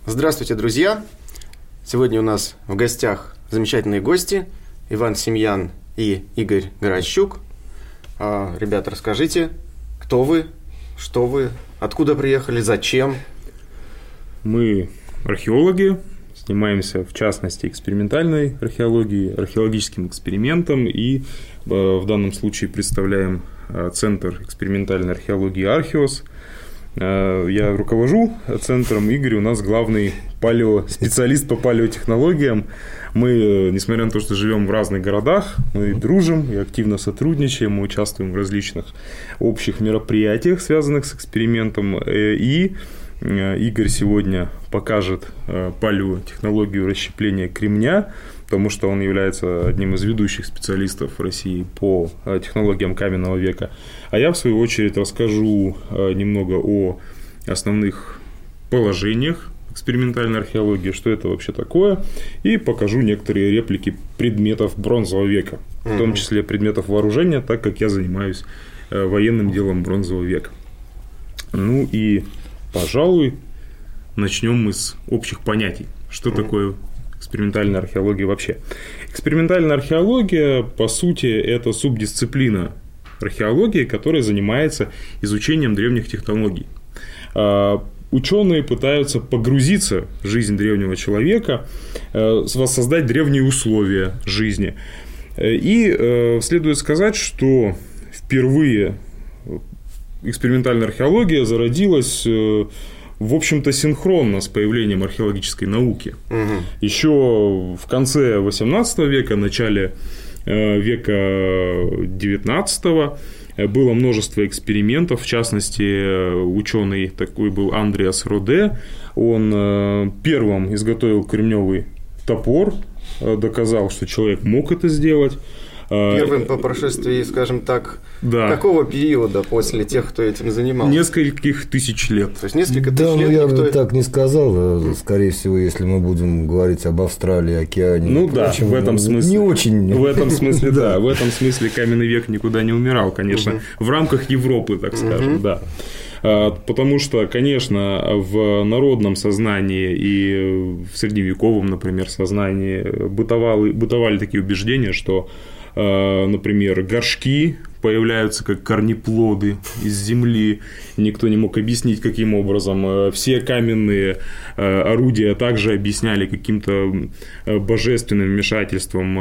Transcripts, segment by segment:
Здравствуйте, друзья! Сегодня у нас в гостях замечательные гости Иван Семьян и Игорь Горощук. Ребята, расскажите, кто вы, что вы, откуда приехали, зачем? Мы археологи, занимаемся в частности экспериментальной археологией, археологическим экспериментом и в данном случае представляем Центр экспериментальной археологии «Археос». Я руковожу центром, Игорь у нас главный специалист по палеотехнологиям. Мы, несмотря на то, что живем в разных городах, мы дружим и активно сотрудничаем, мы участвуем в различных общих мероприятиях, связанных с экспериментом. И Игорь сегодня покажет палеотехнологию расщепления кремня, потому что он является одним из ведущих специалистов в России по технологиям каменного века. А я, в свою очередь, расскажу немного о основных положениях экспериментальной археологии, что это вообще такое, и покажу некоторые реплики предметов бронзового века, в том числе предметов вооружения, так как я занимаюсь военным делом бронзового века. Ну и, пожалуй, начнем мы с общих понятий. Что такое экспериментальная археология вообще? Экспериментальная археология, по сути, это субдисциплина археологии, которая занимается изучением древних технологий. Ученые пытаются погрузиться в жизнь древнего человека, воссоздать древние условия жизни. И следует сказать, что впервые экспериментальная археология зародилась, в общем-то, синхронно с появлением археологической науки. Еще в конце XVIII века, начале века XIX было множество экспериментов, в частности, ученый такой был Андреас Роде, он первым изготовил кремневый топор, доказал, что человек мог это сделать. Первым по прошествии, скажем так, какого периода после тех, кто этим занимался? Нескольких тысяч лет. То есть несколько тысяч лет. Я бы так не сказал. Скорее всего, если мы будем говорить об Австралии, океане. Ну да, прочем, в этом смысле. Не очень. В этом смысле, да. В этом смысле каменный век никуда не умирал, конечно. В рамках Европы, так скажем, да. Потому что, конечно, в народном сознании и в средневековом, например, сознании бытовали такие убеждения, что, например, горшки появляются как корнеплоды из земли. Никто не мог объяснить, каким образом. Все каменные орудия также объясняли каким-то божественным вмешательством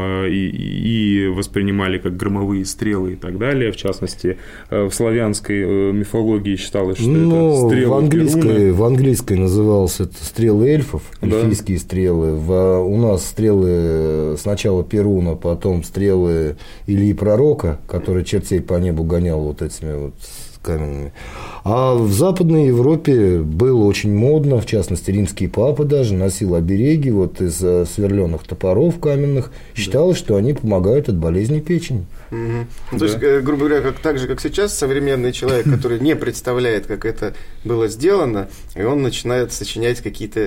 и воспринимали как громовые стрелы и так далее. В частности, в славянской мифологии считалось, что это стрелы Перуна. В английской называлось это стрелы эльфов, эльфийские стрелы. У нас стрелы сначала Перуна, потом стрелы Ильи Пророка, который чертей по небу гонял вот этими вот каменными. А в Западной Европе было очень модно, в частности, римский папа даже носил обереги вот из сверленных топоров каменных. Считалось, что они помогают от болезни печени. То есть, грубо говоря, так же, как сейчас, современный человек, который не представляет, как это было сделано, и он начинает сочинять какие-то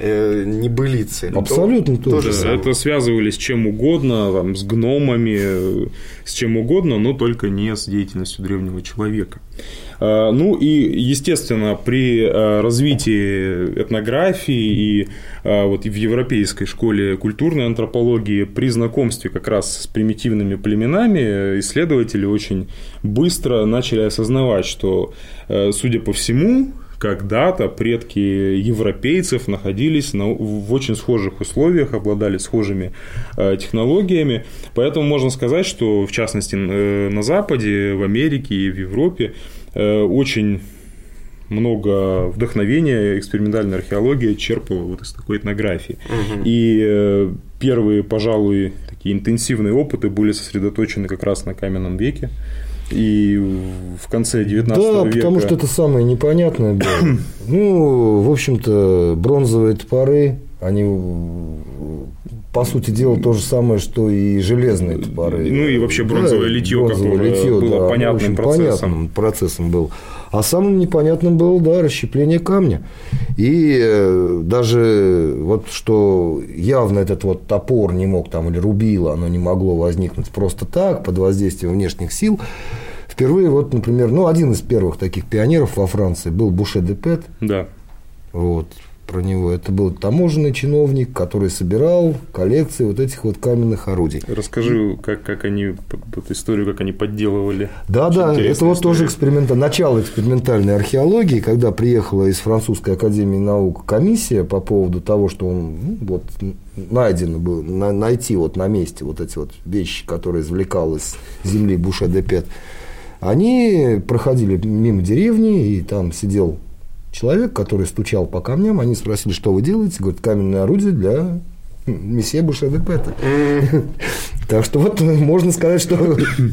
небылицы. Абсолютно тоже. Это связывали с чем угодно, там, с гномами, с чем угодно, но только не с деятельностью древнего человека. Ну и, естественно, при развитии этнографии и вот в европейской школе культурной антропологии, при знакомстве как раз с примитивными племенами, исследователи очень быстро начали осознавать, что, судя по всему, когда-то предки европейцев находились в очень схожих условиях, обладали схожими технологиями. Поэтому можно сказать, что, в частности, на Западе, в Америке и в Европе очень много вдохновения экспериментальная археология черпала вот из такой этнографии. И первые, пожалуй, такие интенсивные опыты были сосредоточены как раз на каменном веке. И в конце 19 века... Да, потому что это самое непонятное было. Ну, в общем-то, бронзовые топоры, они, по сути дела, то же самое, что и железные топоры. Ну, и вообще бронзовое литье, которое было понятным процессом. Процессом был. А самым непонятным было, да, расщепление камня. И даже вот что явно этот вот топор не мог там, или рубило, оно не могло возникнуть просто так, под воздействием внешних сил. Впервые, вот, например, один из первых таких пионеров во Франции был Буше де Пет. Да. Вот. про него. Это был таможенный чиновник, который собирал коллекции вот этих вот каменных орудий. Расскажи, как они, вот историю, как они подделывали. Да, это вот тоже начало экспериментальной археологии, когда приехала из Французской академии наук комиссия по поводу того, что вот найдено было, найти вот на месте вот эти вот вещи, которые извлекал из земли Буше-де-Пет. Они проходили мимо деревни, и там сидел человек, который стучал по камням. Они спросили, что вы делаете? Говорит, каменное орудие для месье Буше-де-Пета. Так что вот можно сказать, что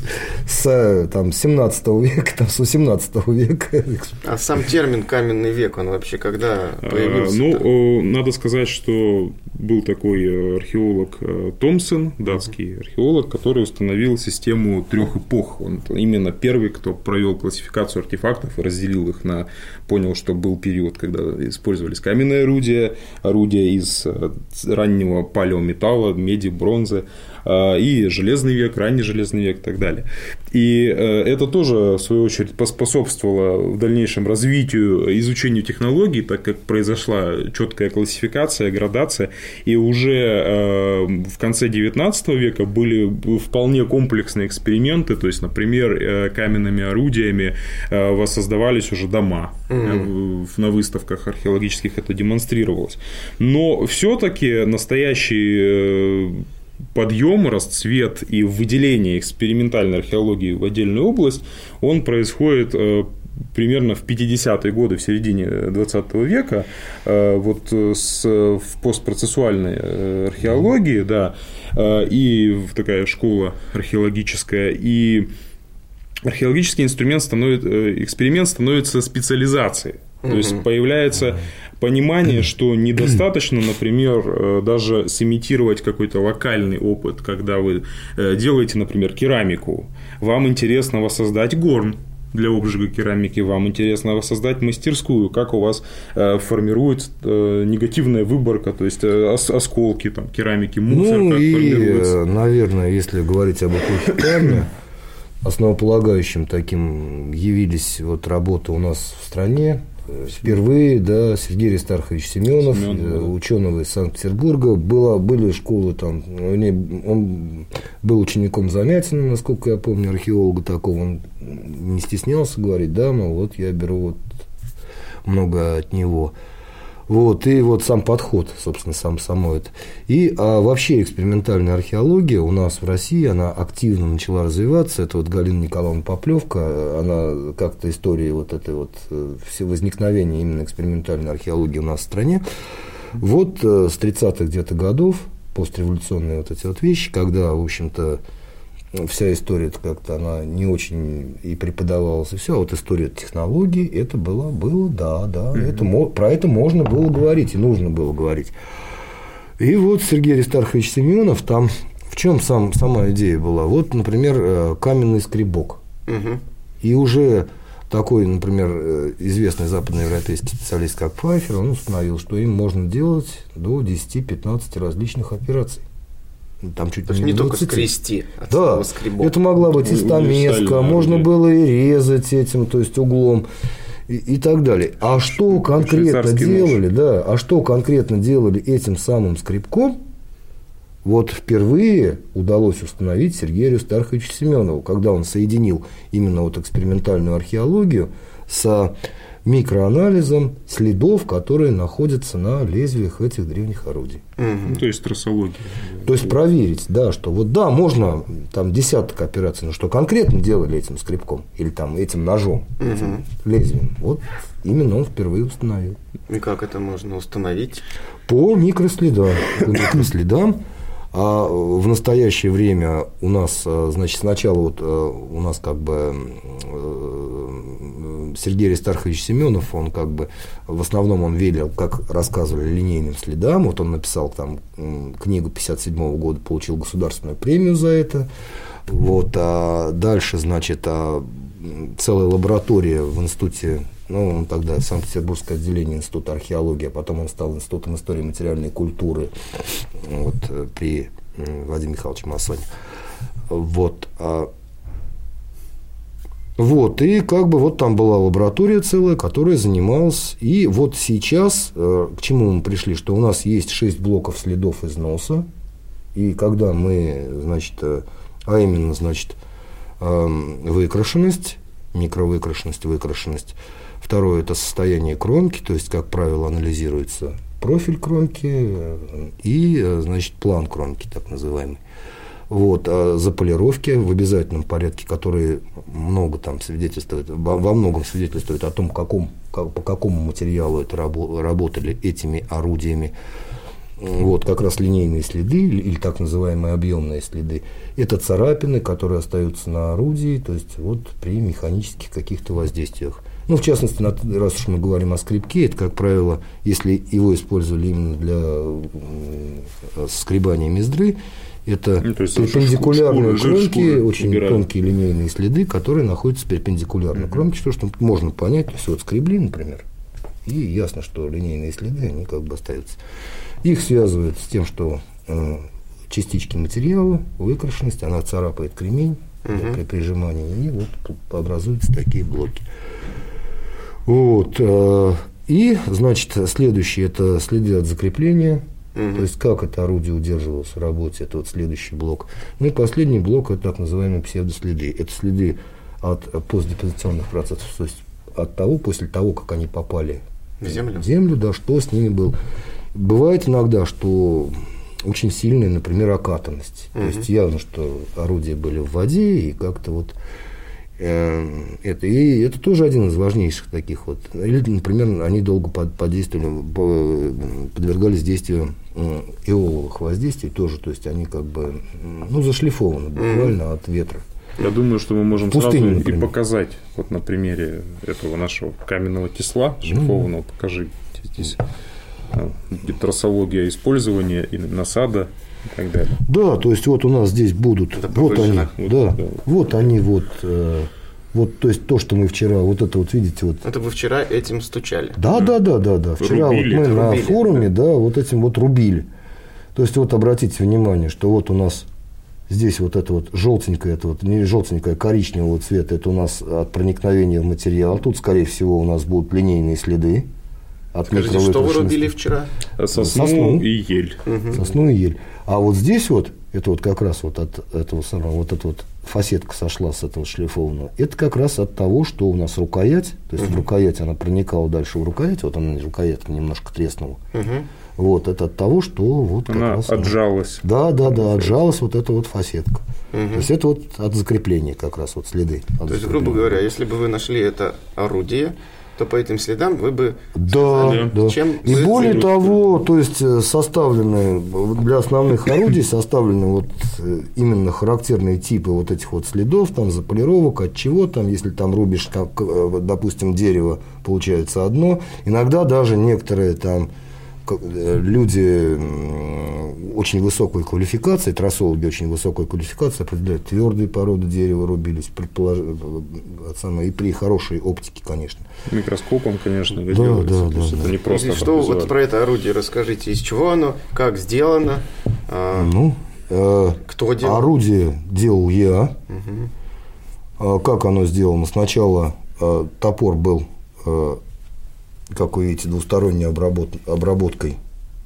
с 17 века, с 18 века. А сам термин «каменный век», он вообще когда появился? Надо сказать, что был такой археолог Томпсон, датский археолог, который установил систему 3 эпох. Он именно первый, кто провел классификацию артефактов и разделил их понял, что был период, когда использовались каменные орудия из раннего палеометалла, меди, бронзы, и железный век, ранний железный век и так далее. И это тоже, в свою очередь, поспособствовало в дальнейшем развитию, изучению технологий, так как произошла четкая классификация, градация, и уже в конце XIX века были вполне комплексные эксперименты, то есть, например, каменными орудиями воссоздавались уже дома. На выставках археологических это демонстрировалось. Но все-таки настоящий подъем, расцвет и выделение экспериментальной археологии в отдельную область, он происходит примерно в 50-е годы, в середине 20 века, вот в постпроцессуальной археологии, да, и такая школа археологическая, и археологический эксперимент становится специализацией. То есть появляется понимание, что недостаточно, например, даже сымитировать какой-то локальный опыт, когда вы делаете, например, керамику. Вам интересно воссоздать горн для обжига керамики, вам интересно воссоздать мастерскую, как у вас формируется негативная выборка, то есть осколки там, керамики, мусор, как формируется. Наверное, если говорить об эпохе камня, основополагающим таким явились вот работы у нас в стране. Впервые, да, Сергей Аристархович Семенов, ученого из Санкт-Петербурга, были школы там, он был учеником Замятина, насколько я помню, археолога такого, он не стеснялся говорить, да, мол, вот я беру вот много от него. Вот, и вот сам подход, собственно, само это. И вообще экспериментальная археология у нас в России, она активно начала развиваться. Это вот Галина Николаевна Поплевка, она как-то история вот этой вот все возникновения именно экспериментальной археологии у нас в стране. Вот с 30-х где-то годов, постреволюционные вот эти вот вещи, когда, в общем-то, вся история как-то она не очень и преподавалась, и все, а вот история технологий, это было, да, про это можно было говорить и нужно было говорить. И вот Сергей Аристархович Семенов, там в чем сама идея была? Вот, например, каменный скребок. И уже такой, например, известный западноевропейский специалист, как Пфайфер, он установил, что им можно делать до 10-15 различных операций. Там чуть не только скрести, да, это могла быть и стамеска, можно было и резать этим, то есть углом и так далее. А что конкретно делали, этим самым скребком, вот впервые удалось установить Сергею Аристарховичу Семенову, когда он соединил именно вот экспериментальную археологию с микроанализом следов, которые находятся на лезвиях этих древних орудий. То есть трассология. То есть проверить, да, что вот да, можно там десяток операций, но что конкретно делали этим скребком или там этим ножом, этим лезвием. Вот именно он впервые установил. И как это можно установить? По микроследам. А в настоящее время у нас, значит, сначала вот у нас как бы Сергей Аристархович Семенов, он как бы в основном он верил, как рассказывали, линейным следам. Вот он написал там книгу 1957 года, получил государственную премию за это. Вот, а дальше, значит, целая лаборатория в институте, он тогда Санкт-Петербургское отделение Института археологии, а потом он стал Институтом истории материальной культуры вот, при Вадиме Михайловиче Массоне. Вот. Вот, и как бы вот там была лаборатория целая, которая занималась. И вот сейчас, к чему мы пришли, что у нас есть 6 блоков следов износа. И когда мы, значит, а именно, значит, выкрашенность, микровыкрашенность, выкрашенность. Второе – это состояние кромки, то есть, как правило, анализируется профиль кромки и, значит, план кромки, так называемый. Вот, а заполировки в обязательном порядке, которые много там свидетельствуют, во многом свидетельствуют о том, по какому материалу это работали этими орудиями. Вот, как раз линейные следы или так называемые объемные следы. Это царапины, которые остаются на орудии, то есть вот при механических каких-то воздействиях. Ну, в частности, раз уж мы говорим о скребке, это, как правило, если его использовали именно для скребания мездры, это перпендикулярные кромки, очень тонкие линейные следы, которые находятся перпендикулярно кромке, что можно понять, то есть вот скребли, например, и ясно, что линейные следы, они как бы остаются. Их связывают с тем, что частички материала, выкрашенность, она царапает кремень при прижимании, и вот образуются такие блоки. Вот. И, значит, следующее – это следы от закрепления. То есть, как это орудие удерживалось в работе, это вот следующий блок. Ну и последний блок – это так называемые псевдоследы. Это следы от постдепозиционных процессов, то есть от того, после того, как они попали в землю, да, что с ними было. Бывает иногда, что очень сильная, например, окатанность. То есть, явно, что орудия были в воде, и как-то вот это тоже один из важнейших таких вот. Или, например, они долго подвергались действию эоловых воздействий тоже, то есть они как бы зашлифованы буквально от ветра. Я думаю, что мы можем сразу и показать вот на примере этого нашего каменного тесла шлифованного. Покажите здесь трассология использования и насада и так далее. Да, то есть вот у нас здесь будут вот они, то есть то, что мы вчера, вот это вот видите, вот. Это вы вчера этим стучали? Да. Вчера рубили, вот мы на форуме, вот этим вот рубили. То есть вот обратите внимание, что вот у нас здесь вот это вот желтенькое, это вот не желтенькое, а коричневого цвета, это у нас от проникновения в материал. Тут, скорее всего, у нас будут линейные следы. Скажите, что вы рубили вчера? Сосну и ель. Сосну и ель. А вот здесь вот, это вот как раз вот от этого самого, вот эта вот фасетка сошла с этого шлифованного. Это как раз от того, что у нас рукоять, то есть в рукоять она проникала дальше в рукоять, вот она рукоятка немножко треснула. Вот, это от того, что вот как она раз отжалась. Да, отжалась вот эта вот фасетка. То есть это вот от закрепления как раз вот следы. То есть, грубо говоря, если бы вы нашли это орудие, то по этим следам вы бы сказали, чем и более того, то есть составлены для основных орудий составлены вот именно характерные типы вот этих вот следов, там заполировок, от чего там, если там рубишь, допустим, дерево, получается одно, иногда даже некоторые там люди очень высокой квалификации, трассологи очень высокой квалификации определяют твердые породы дерева рубились, и при хорошей оптике, конечно. Микроскопом, конечно, да. Это не просто. Что вот про это орудие расскажите, из чего оно, как сделано, кто делал? Орудие делал я. Как оно сделано? Сначала топор был, как вы видите, двусторонней обработкой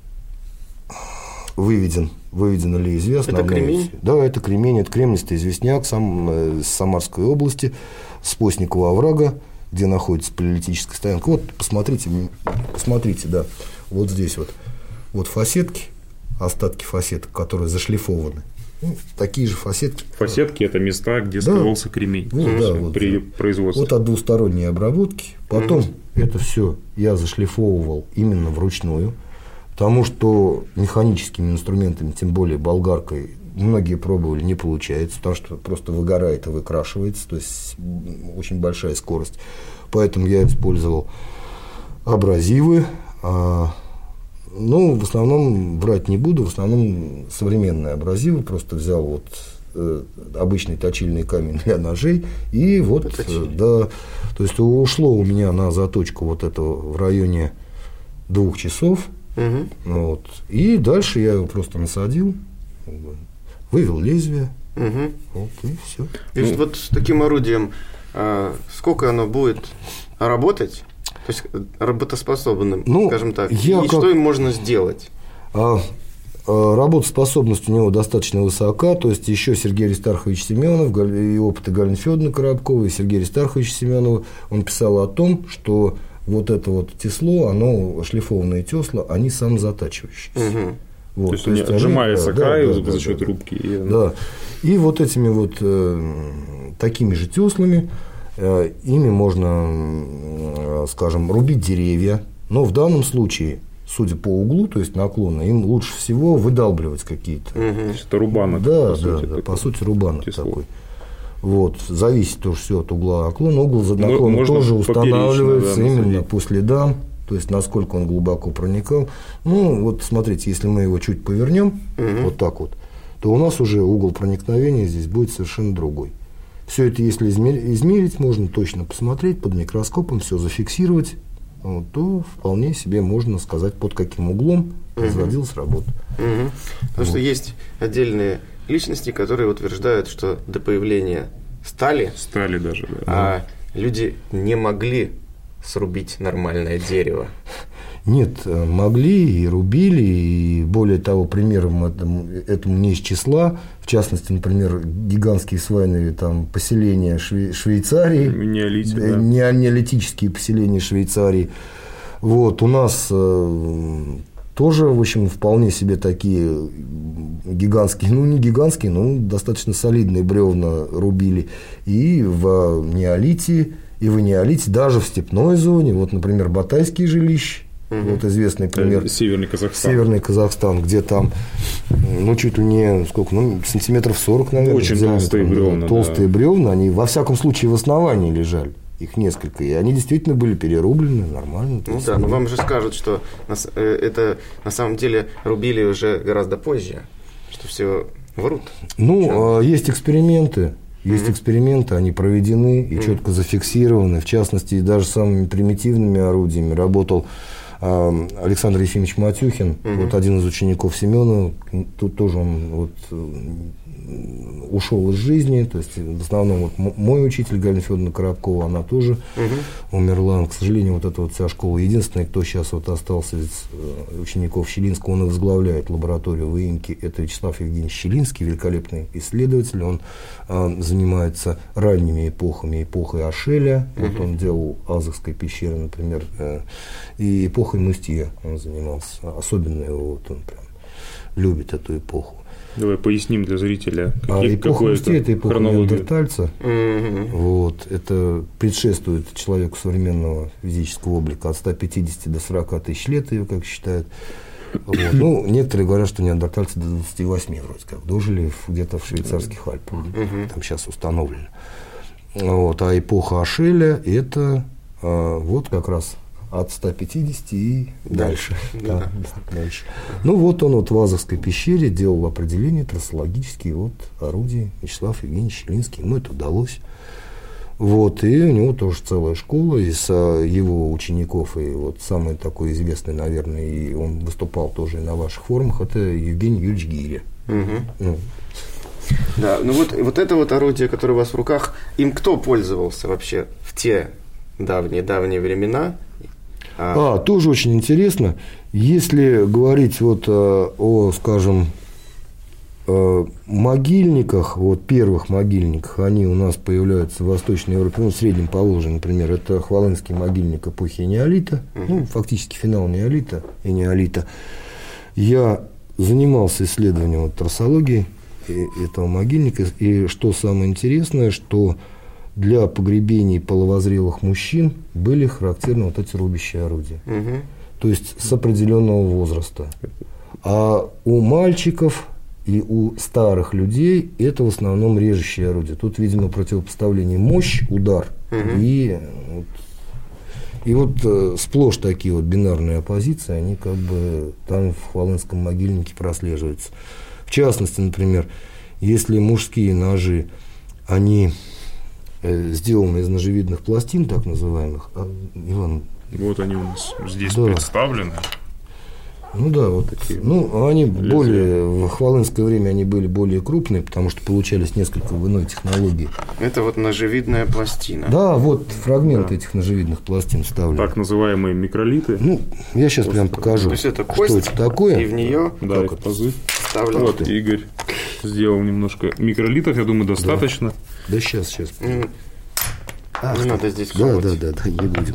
выведено лезвие. Это кремень? Да, это кремень, это кремнистый известняк с Самарской области, с Постникового оврага, где находится палеолитическая стоянка. Вот, посмотрите, да, вот здесь вот фасетки, остатки фасеток, которые зашлифованы. Такие же фасетки. Фасетки – это места, где скрывался кремень при производстве. Вот от двусторонней обработки. Потом это все я зашлифовывал именно вручную, потому что механическими инструментами, тем более болгаркой, многие пробовали, не получается, потому что просто выгорает и выкрашивается, то есть очень большая скорость. Поэтому я использовал абразивы. В основном брать не буду, в основном современные абразивы. Просто взял вот обычный точильный камень для ножей. И вот, то есть ушло у меня на заточку вот этого в районе 2 часов. Вот. И дальше я его просто насадил, вывел лезвие. Вот, и все. И вот с таким орудием сколько оно будет работать, то есть работоспособным, скажем так, что им можно сделать? Работоспособность у него достаточно высока, то есть еще Сергей Аристархович Семенов и опыты Галины Федоровны Коробковой, и Сергея Аристарховича Семенова, он писал о том, что вот это вот тесло, оно, шлифованные тесла, они самозатачивающиеся. Вот, то есть отжимается край за счет рубки. Да. И вот этими вот такими же теслами ими можно, скажем, рубить деревья, но в данном случае, судя по углу, то есть наклона, им лучше всего выдалбливать какие-то. Это рубанок. Да, по сути рубанок такой. Вот, зависит тоже все от угла наклона. Угол наклона тоже устанавливается именно по следам, то есть насколько он глубоко проникал. Ну, вот смотрите, если мы его чуть повернем, вот так вот, то у нас уже угол проникновения здесь будет совершенно другой. Все это, если измерить, можно точно посмотреть под микроскопом, все зафиксировать, вот, то вполне себе можно сказать, под каким углом производилась работа. Потому что есть отдельные личности, которые утверждают, что до появления стали даже, люди не могли срубить нормальное дерево. Нет, могли и рубили, и более того, примером этому не из числа, в частности, например, гигантские свайные там поселения Швейцарии, неолитические поселения Швейцарии. Вот, у нас тоже, в общем, вполне себе такие гигантские, не гигантские, но достаточно солидные бревна рубили и в неолите, даже в степной зоне, вот, например, Батайские жилища. Вот известный пример. Северный Казахстан, где там, чуть ли не, сантиметров 40, наверное. Очень толстые бревна. Толстые бревна, они, во всяком случае, в основании лежали. Их несколько, и они действительно были перерублены нормально. Но вам же скажут, что это на самом деле рубили уже гораздо позже, что все врут. Есть эксперименты. Эксперименты, они проведены и четко зафиксированы. В частности, и даже самыми примитивными орудиями работал Александр Ефимович Матюхин, вот один из учеников Семенова. Тут тоже он ушел из жизни. То есть, в основном, вот мой учитель Галина Федоровна Коробкова, она тоже умерла. К сожалению, вот эта вот вся школа. Единственный, кто сейчас вот остался из учеников Щелинского, он и возглавляет лабораторию выемки. Это Вячеслав Евгеньевич Щелинский, великолепный исследователь. Он занимается ранними эпохами, эпохой Ашеля. Вот он делал Азовской пещеры, например, и эпохой Мустье он занимался. Особенно его, вот он прям любит эту эпоху. Давай поясним для зрителя, эпоха Мустье – это эпоха неандертальца. Вот, это предшествует человеку современного физического облика от 150 до 40 тысяч лет, ее как считают. Вот. Некоторые говорят, что неандертальцы до 28 вроде как дожили где-то в швейцарских Альпах. Там сейчас установлено. Вот, а эпоха Ашеля – это вот как раз от 150 и дальше. Дальше. Вот он в Азовской пещере делал определение трассологические орудий Вячеслав Евгеньевич Щелинский. Ему это удалось. Вот, и у него тоже целая школа из его учеников. И вот самый такой известный, наверное, и он выступал тоже и на ваших форумах, это Евгений Юрьевич Гиря. Да, вот это вот орудие, которое у вас в руках, им кто пользовался вообще в те давние времена? Тоже очень интересно. Если говорить о, скажем, могильниках, первых могильниках, они у нас появляются в Восточной Европе, в среднем положении, например, это Хвалынский могильник эпохи неолита, фактически финал неолита и неолита. Я занимался исследованием трассологии этого могильника, и что самое интересное, что для погребений половозрелых мужчин были характерны эти рубящие орудия. То есть с определенного возраста. А у мальчиков и у старых людей это в основном режущие орудия. Тут, видимо, противопоставление мощь, удар и сплошь такие бинарные оппозиции, они как бы там в Хвалынском могильнике прослеживаются. В частности, например, если мужские ножи, они сделаны из ножевидных пластин, так называемых. Иван. Вот они у нас здесь представлены. Ну да, вот такие. Ну, они более, в хвалынское время они были более крупные, потому что получались несколько в иной технологии. Это вот ножевидная пластина. Да, вот фрагменты этих ножевидных пластин вставлены. Так называемые микролиты. Ну, я сейчас прям покажу. То есть это кость, что это такое. И в нее пазы. вставлен. Вот, Игорь сделал немножко микролитов, я думаю, достаточно. Да сейчас. Не надо здесь да, колоть. не будем.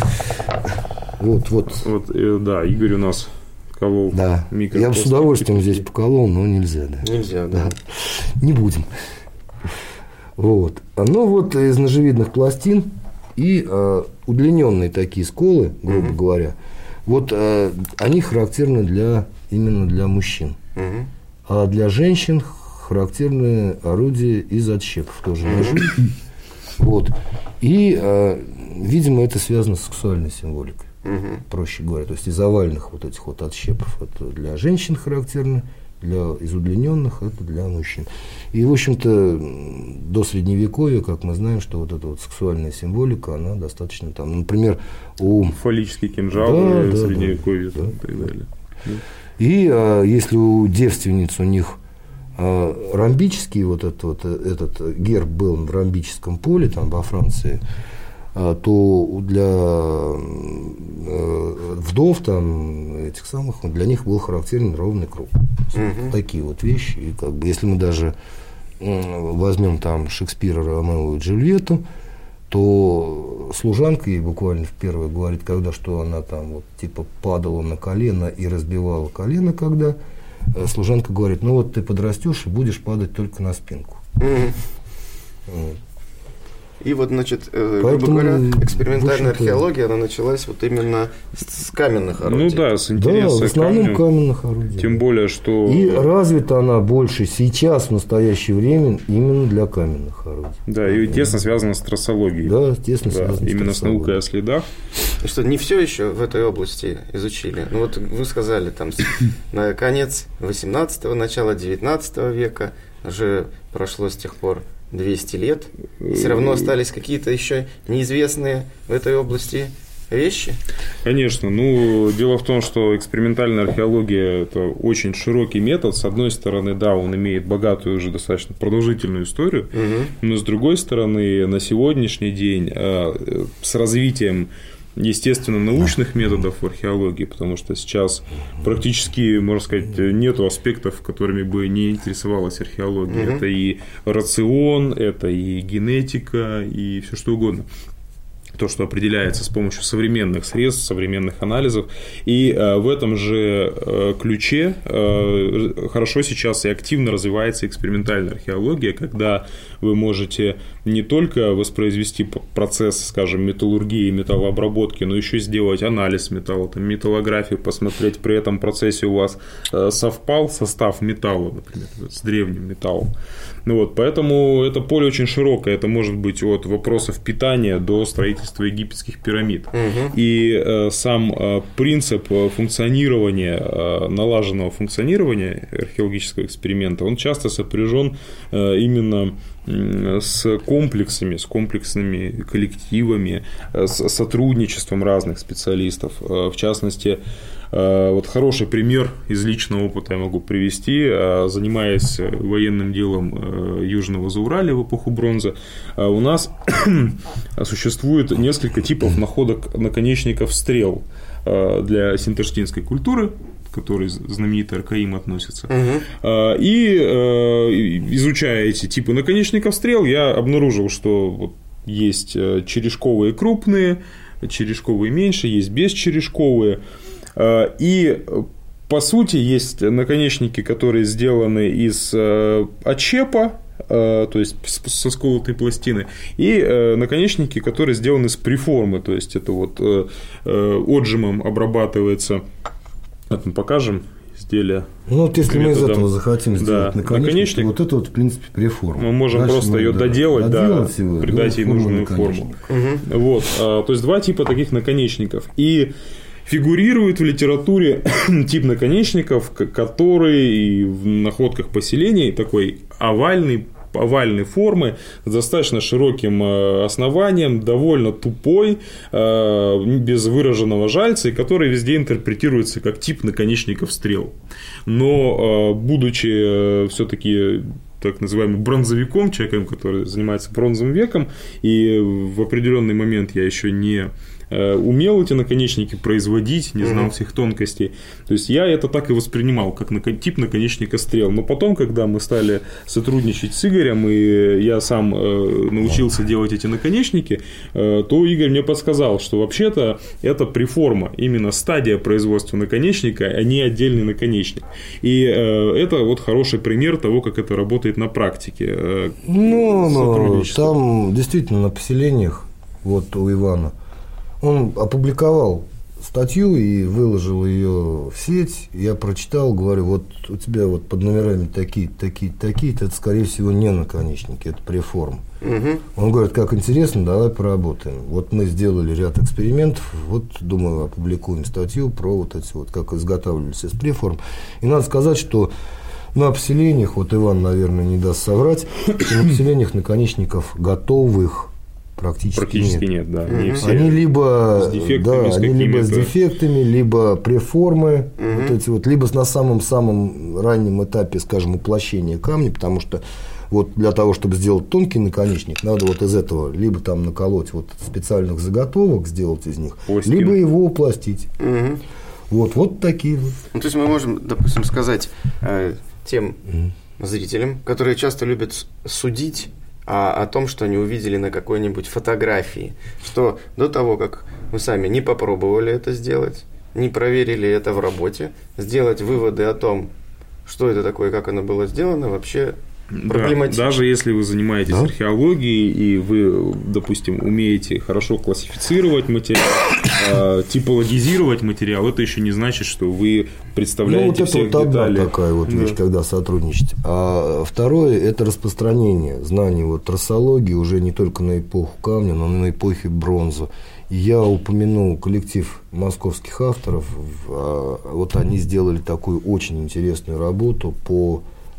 Вот. Да, Игорь у нас колол. Да, я бы с удовольствием здесь поколол, но нельзя. Да. Нельзя, да. Не будем. Вот. Ну вот из ножевидных пластин и удлиненные такие сколы, грубо говоря, вот они характерны именно для мужчин. А для женщин характерны орудия из отщепов, тоже ножи. Вот. И, видимо, это связано с сексуальной символикой, проще говоря. То есть из овальных вот этих вот отщепов это для женщин характерно, из удлиненных это для мужчин. И, в общем-то, до Средневековья, как мы знаем, что вот эта вот сексуальная символика, она достаточно там, например, у... Фаллический кинжал в Средневековье и так далее. И если у девственниц у них ромбический этот герб был в ромбическом поле там во Франции, то для вдов там этих самых для них был характерен ровный круг. Такие вот вещи. И как бы если мы даже возьмем там Шекспира, Ромео и Джульетту, то служанка ей буквально в первое говорит, когда что она там вот типа падала на колено и разбивала колено, когда служанка говорит, ну вот ты подрастешь и будешь падать только на спинку. И вот, значит, грубо говоря, экспериментальная археология, она началась вот именно с каменных орудий. Ну да, с интереса в основном каменных орудий. Тем более, что... И развита она больше сейчас, в настоящее время, именно для каменных орудий. Да, и тесно связана с трассологией. Да, тесно связана именно с наукой о следах. И что, не все еще в этой области изучили? Ну вот вы сказали, там, на конец 18-го, начало 19 века, уже прошло с тех пор 200 лет, и все равно остались какие-то еще неизвестные в этой области вещи? Конечно. Ну, дело в том, что экспериментальная археология – это очень широкий метод. С одной стороны, да, он имеет богатую уже достаточно продолжительную историю, но с другой стороны, на сегодняшний день с развитием естественно-научных методов в археологии, потому что сейчас практически, можно сказать, нету аспектов, которыми бы не интересовалась археология. Это и рацион, это и генетика, и все что угодно. То, что определяется с помощью современных средств, современных анализов. И в этом же ключе хорошо сейчас и активно развивается экспериментальная археология, когда вы можете не только воспроизвести процесс, скажем, металлургии, металлообработки, но еще сделать анализ металла, там, металлографию, посмотреть, при этом процессе у вас совпал состав металла, например, с древним металлом. Ну вот, поэтому это поле очень широкое. Это может быть от вопросов питания до строительства египетских пирамид. И сам принцип функционирования, налаженного функционирования археологического эксперимента, он часто сопряжен именно с комплексами, с комплексными коллективами, с сотрудничеством разных специалистов. В частности, вот хороший пример из личного опыта я могу привести. Занимаясь военным делом Южного Зауралья в эпоху бронзы, у нас существует несколько типов находок наконечников стрел для синтерштинской культуры, к которой знаменитый Аркаим относится. И изучая эти типы наконечников стрел, я обнаружил, что вот есть черешковые крупные, черешковые меньше, есть бесчерешковые. И по сути есть наконечники, которые сделаны из отщепа, то есть со сколотой пластины, и наконечники, которые сделаны из преформы, то есть это вот отжимом обрабатывается. Это мы покажем изделие. Ну вот если мы из этого захотим сделать наконечник, вот это вот в принципе преформа. Мы можем дальше просто ее доделать, придать ей нужную форму. Вот, то есть два типа таких наконечников. И фигурирует в литературе тип наконечников, который в находках поселений такой овальный овальной формы, с достаточно широким основанием, довольно тупой, без выраженного жальца, и который везде интерпретируется как тип наконечников стрел. Но, будучи все-таки так называемым бронзовиком, человеком, который занимается бронзовым веком, и в определенный момент я еще не умел эти наконечники производить, не знал всех тонкостей. То есть я это так и воспринимал, как тип наконечника стрел. Но потом, когда мы стали сотрудничать с Игорем, и я сам научился делать эти наконечники, то Игорь мне подсказал, что вообще-то это преформа, именно стадия производства наконечника, а не отдельный наконечник. И это вот хороший пример того, как это работает на практике. Там действительно на поселениях, вот у Ивана, он опубликовал статью и выложил ее в сеть. Я прочитал, говорю, вот у тебя вот под номерами такие-то, это, скорее всего, не наконечники, это преформа. Он говорит, как интересно, давай поработаем. Вот мы сделали ряд экспериментов, вот, думаю, опубликуем статью про вот эти вот, как изготавливались из преформ. И надо сказать, что на поселениях, вот Иван, наверное, не даст соврать, что на поселениях наконечников готовых практически нет. Да. Они либо с дефектами, либо преформы, вот эти вот, либо на самом раннем этапе, скажем, уплощения камня, потому что вот для того, чтобы сделать тонкий наконечник, надо вот из этого либо там наколоть вот специальных заготовок, сделать из них, либо его упластить. Вот такие вот. Ну, то есть мы можем, допустим, сказать тем зрителям, которые часто любят судить о том, что они увидели на какой-нибудь фотографии, что до того, как мы сами не попробовали это сделать, не проверили это в работе, сделать выводы о том, что это такое, как оно было сделано, вообще проблематично. Да, даже если вы занимаетесь археологией, и вы, допустим, умеете хорошо классифицировать материал, типологизировать материал, это еще не значит, что вы представляете все детали. Вот это такая вот вещь, когда сотрудничаете. А второе – это распространение знаний вот трассологии уже не только на эпоху камня, но и на эпохе бронзы. Я упомянул коллектив московских авторов. Вот они сделали такую очень интересную работу по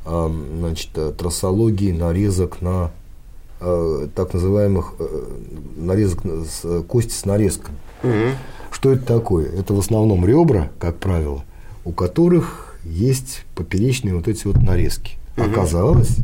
трассологии нарезок на так называемых нарезок кости с нарезками. Что это такое? Это в основном ребра, как правило, у которых есть поперечные вот эти вот нарезки. Оказалось,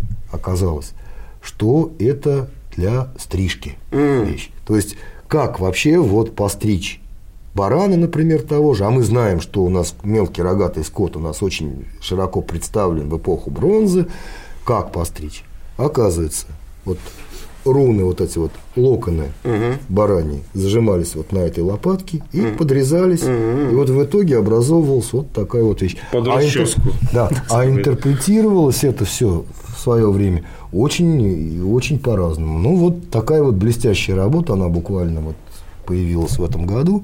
что это для стрижки вещь. То есть, как вообще вот постричь барана, например, того же, а мы знаем, что у нас мелкий рогатый скот у нас очень широко представлен в эпоху бронзы. Как постричь? Оказывается, вот руны, вот эти вот локоны бараньи зажимались вот на этой лопатке и подрезались, и вот в итоге образовывалась вот такая вот вещь. Под расческу. А интерпретировалось это все в свое время очень по-разному. Ну, вот такая вот блестящая работа, она буквально вот появилась в этом году.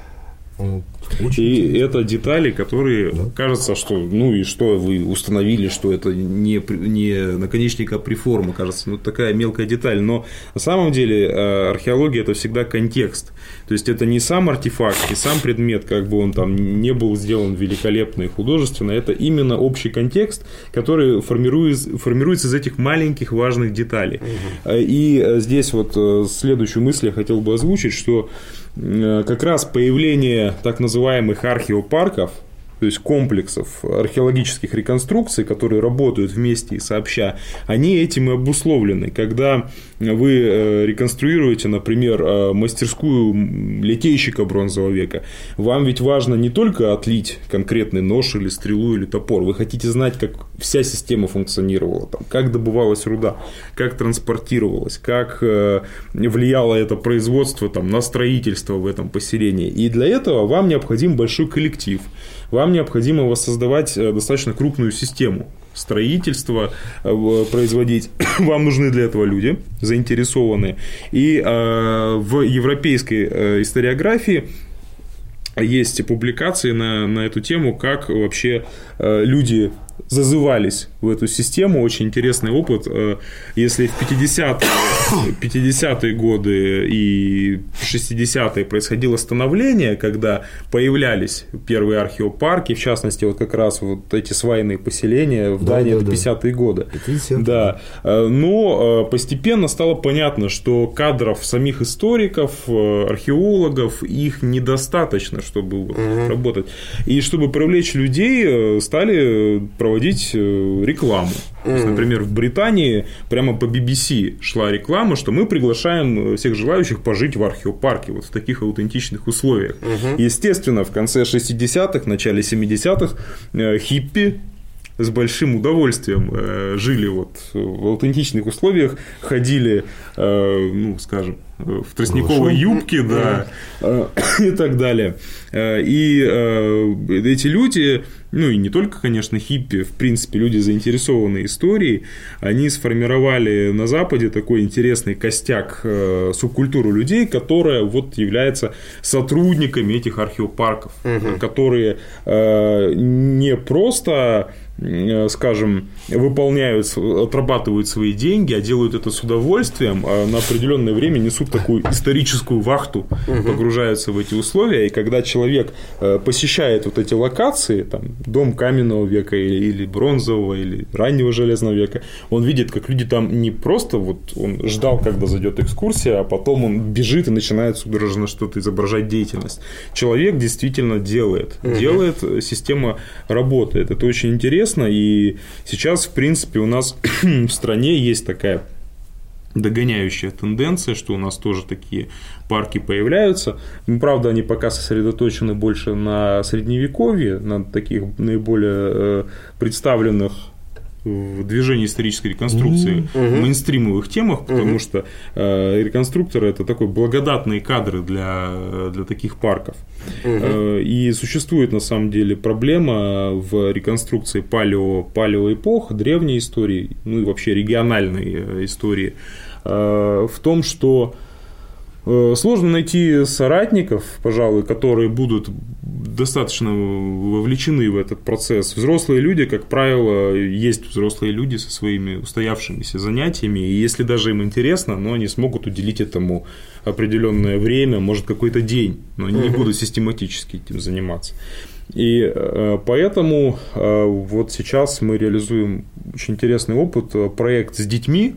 И это детали, которые кажется, что и что вы установили, что это не наконечник, а преформа, кажется, такая мелкая деталь. Но на самом деле археология – это всегда контекст. То есть это не сам артефакт, не сам предмет, как бы он там не был сделан великолепно и художественно, это именно общий контекст, который формируется из этих маленьких важных деталей. И здесь вот следующую мысль я хотел бы озвучить, что как раз появление так называемых археопарков, то есть комплексов археологических реконструкций, которые работают вместе и сообща, они этим и обусловлены. Когда вы реконструируете, например, мастерскую литейщика бронзового века, вам ведь важно не только отлить конкретный нож или стрелу или топор, вы хотите знать, как вся система функционировала, там, как добывалась руда, как транспортировалась, как влияло это производство там, на строительство в этом поселении. И для этого вам необходим большой коллектив. Вам необходимо воссоздавать достаточно крупную систему строительства, производить. Вам нужны для этого люди, заинтересованные. И в европейской историографии есть публикации на эту тему, как вообще люди зазывались в эту систему. Очень интересный опыт. Если в 50-е годы и 60-е происходило становление, когда появлялись первые археопарки, в частности, вот как раз вот эти свайные поселения в Дании, это 50-е годы. Да. Но постепенно стало понятно, что кадров самих историков, археологов, их недостаточно, чтобы работать. И чтобы привлечь людей, стали проводить рекламу. То есть, например, в Британии прямо по BBC шла реклама, что мы приглашаем всех желающих пожить в археопарке вот в таких аутентичных условиях. Естественно, в конце 60-х, начале 70-х хиппи с большим удовольствием жили вот в аутентичных условиях, ходили, ну, скажем, в тростниковой юбке, да, и так далее. И эти люди, ну и не только, конечно, хиппи, в принципе, люди, заинтересованные историей, они сформировали на Западе такой интересный костяк, субкультуру людей, которая вот является сотрудниками этих археопарков, которые не просто, скажем, выполняют, отрабатывают свои деньги, а делают это с удовольствием, а на определенное время несут такую историческую вахту, погружаются в эти условия, и когда человек посещает вот эти локации, там, дом каменного века или бронзового, или раннего железного века, он видит, как люди там не просто вот он ждал, когда зайдет экскурсия, а потом он бежит и начинает судорожно что-то изображать деятельность. Человек действительно делает, система работает. Это очень интересно, и сейчас, в принципе, у нас в стране есть такая догоняющая тенденция, что у нас тоже такие парки появляются. Правда, они пока сосредоточены больше на средневековье, на таких наиболее представленных в движении исторической реконструкции мейнстримовых темах, потому что реконструкторы – это такой благодатные кадры для таких парков. И существует на самом деле проблема в реконструкции палеоэпох, древней истории, ну и вообще региональной истории, в том, что сложно найти соратников, пожалуй, которые будут достаточно вовлечены в этот процесс. Взрослые люди, как правило, есть взрослые люди со своими устоявшимися занятиями, и если даже им интересно, но они смогут уделить этому определенное время, может, какой-то день, но они не будут систематически этим заниматься. И поэтому вот сейчас мы реализуем очень интересный опыт, проект с детьми.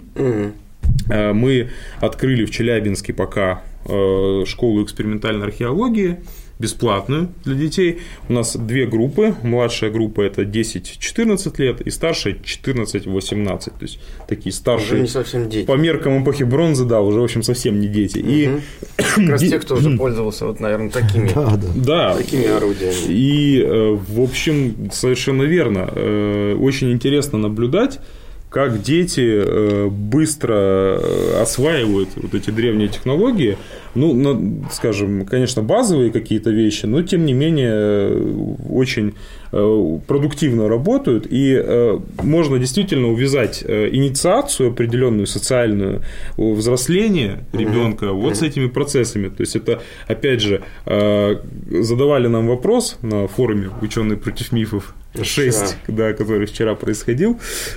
Мы открыли в Челябинске пока школу экспериментальной археологии, бесплатную для детей. У нас две группы. Младшая группа – это 10-14 лет, и старшая – 14-18. То есть, такие старшие. Уже не совсем дети. По меркам эпохи бронзы, да, уже, в общем, совсем не дети. И как раз те, кто уже пользовался, вот, наверное, такими орудиями. И, в общем, совершенно верно. Очень интересно наблюдать, как дети быстро осваивают вот эти древние технологии. Ну, скажем, конечно, базовые какие-то вещи, но, тем не менее, очень продуктивно работают, и можно действительно увязать инициацию определенную социальную, взросление ребенка вот с этими процессами. То есть, это, опять же, задавали нам вопрос на форуме «Ученые против мифов», 6, да, который вчера происходил,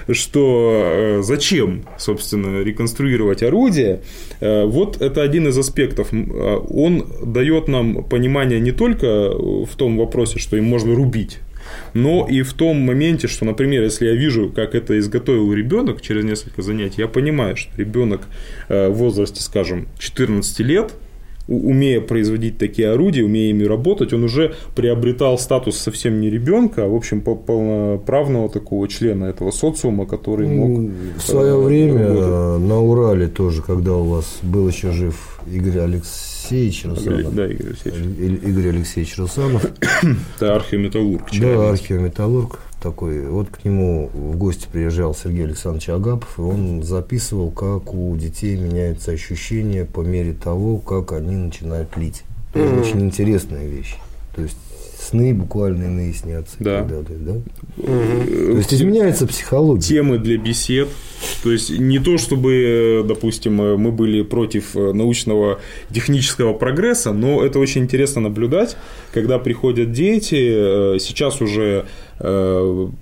что зачем, собственно, реконструировать орудие. Вот это один из аспектов. Он дает нам понимание не только в том вопросе, что им можно рубить, но и в том моменте, что, например, если я вижу, как это изготовил ребенок через несколько занятий, я понимаю, что ребенок в возрасте, скажем, 14 лет, умея производить такие орудия, умея ими работать, он уже приобретал статус совсем не ребенка, а, в общем, полноправного такого члена этого социума, который мог в свое время работать. На Урале тоже, когда у вас был еще жив Игорь Алексеевич Русанов. Да, Игорь Алексеевич. Игорь Алексеевич Русанов. Это археометаллург. Да, археометаллург такой. Вот к нему в гости приезжал Сергей Александрович Агапов, и он записывал, как у детей меняются ощущения по мере того, как они начинают лить. Это очень интересная вещь. То есть сны буквально иные снятся. Да. Да? То есть изменяется психология. Темы для бесед. То есть не то, чтобы, допустим, мы были против научного технического прогресса, но это очень интересно наблюдать, когда приходят дети. Сейчас уже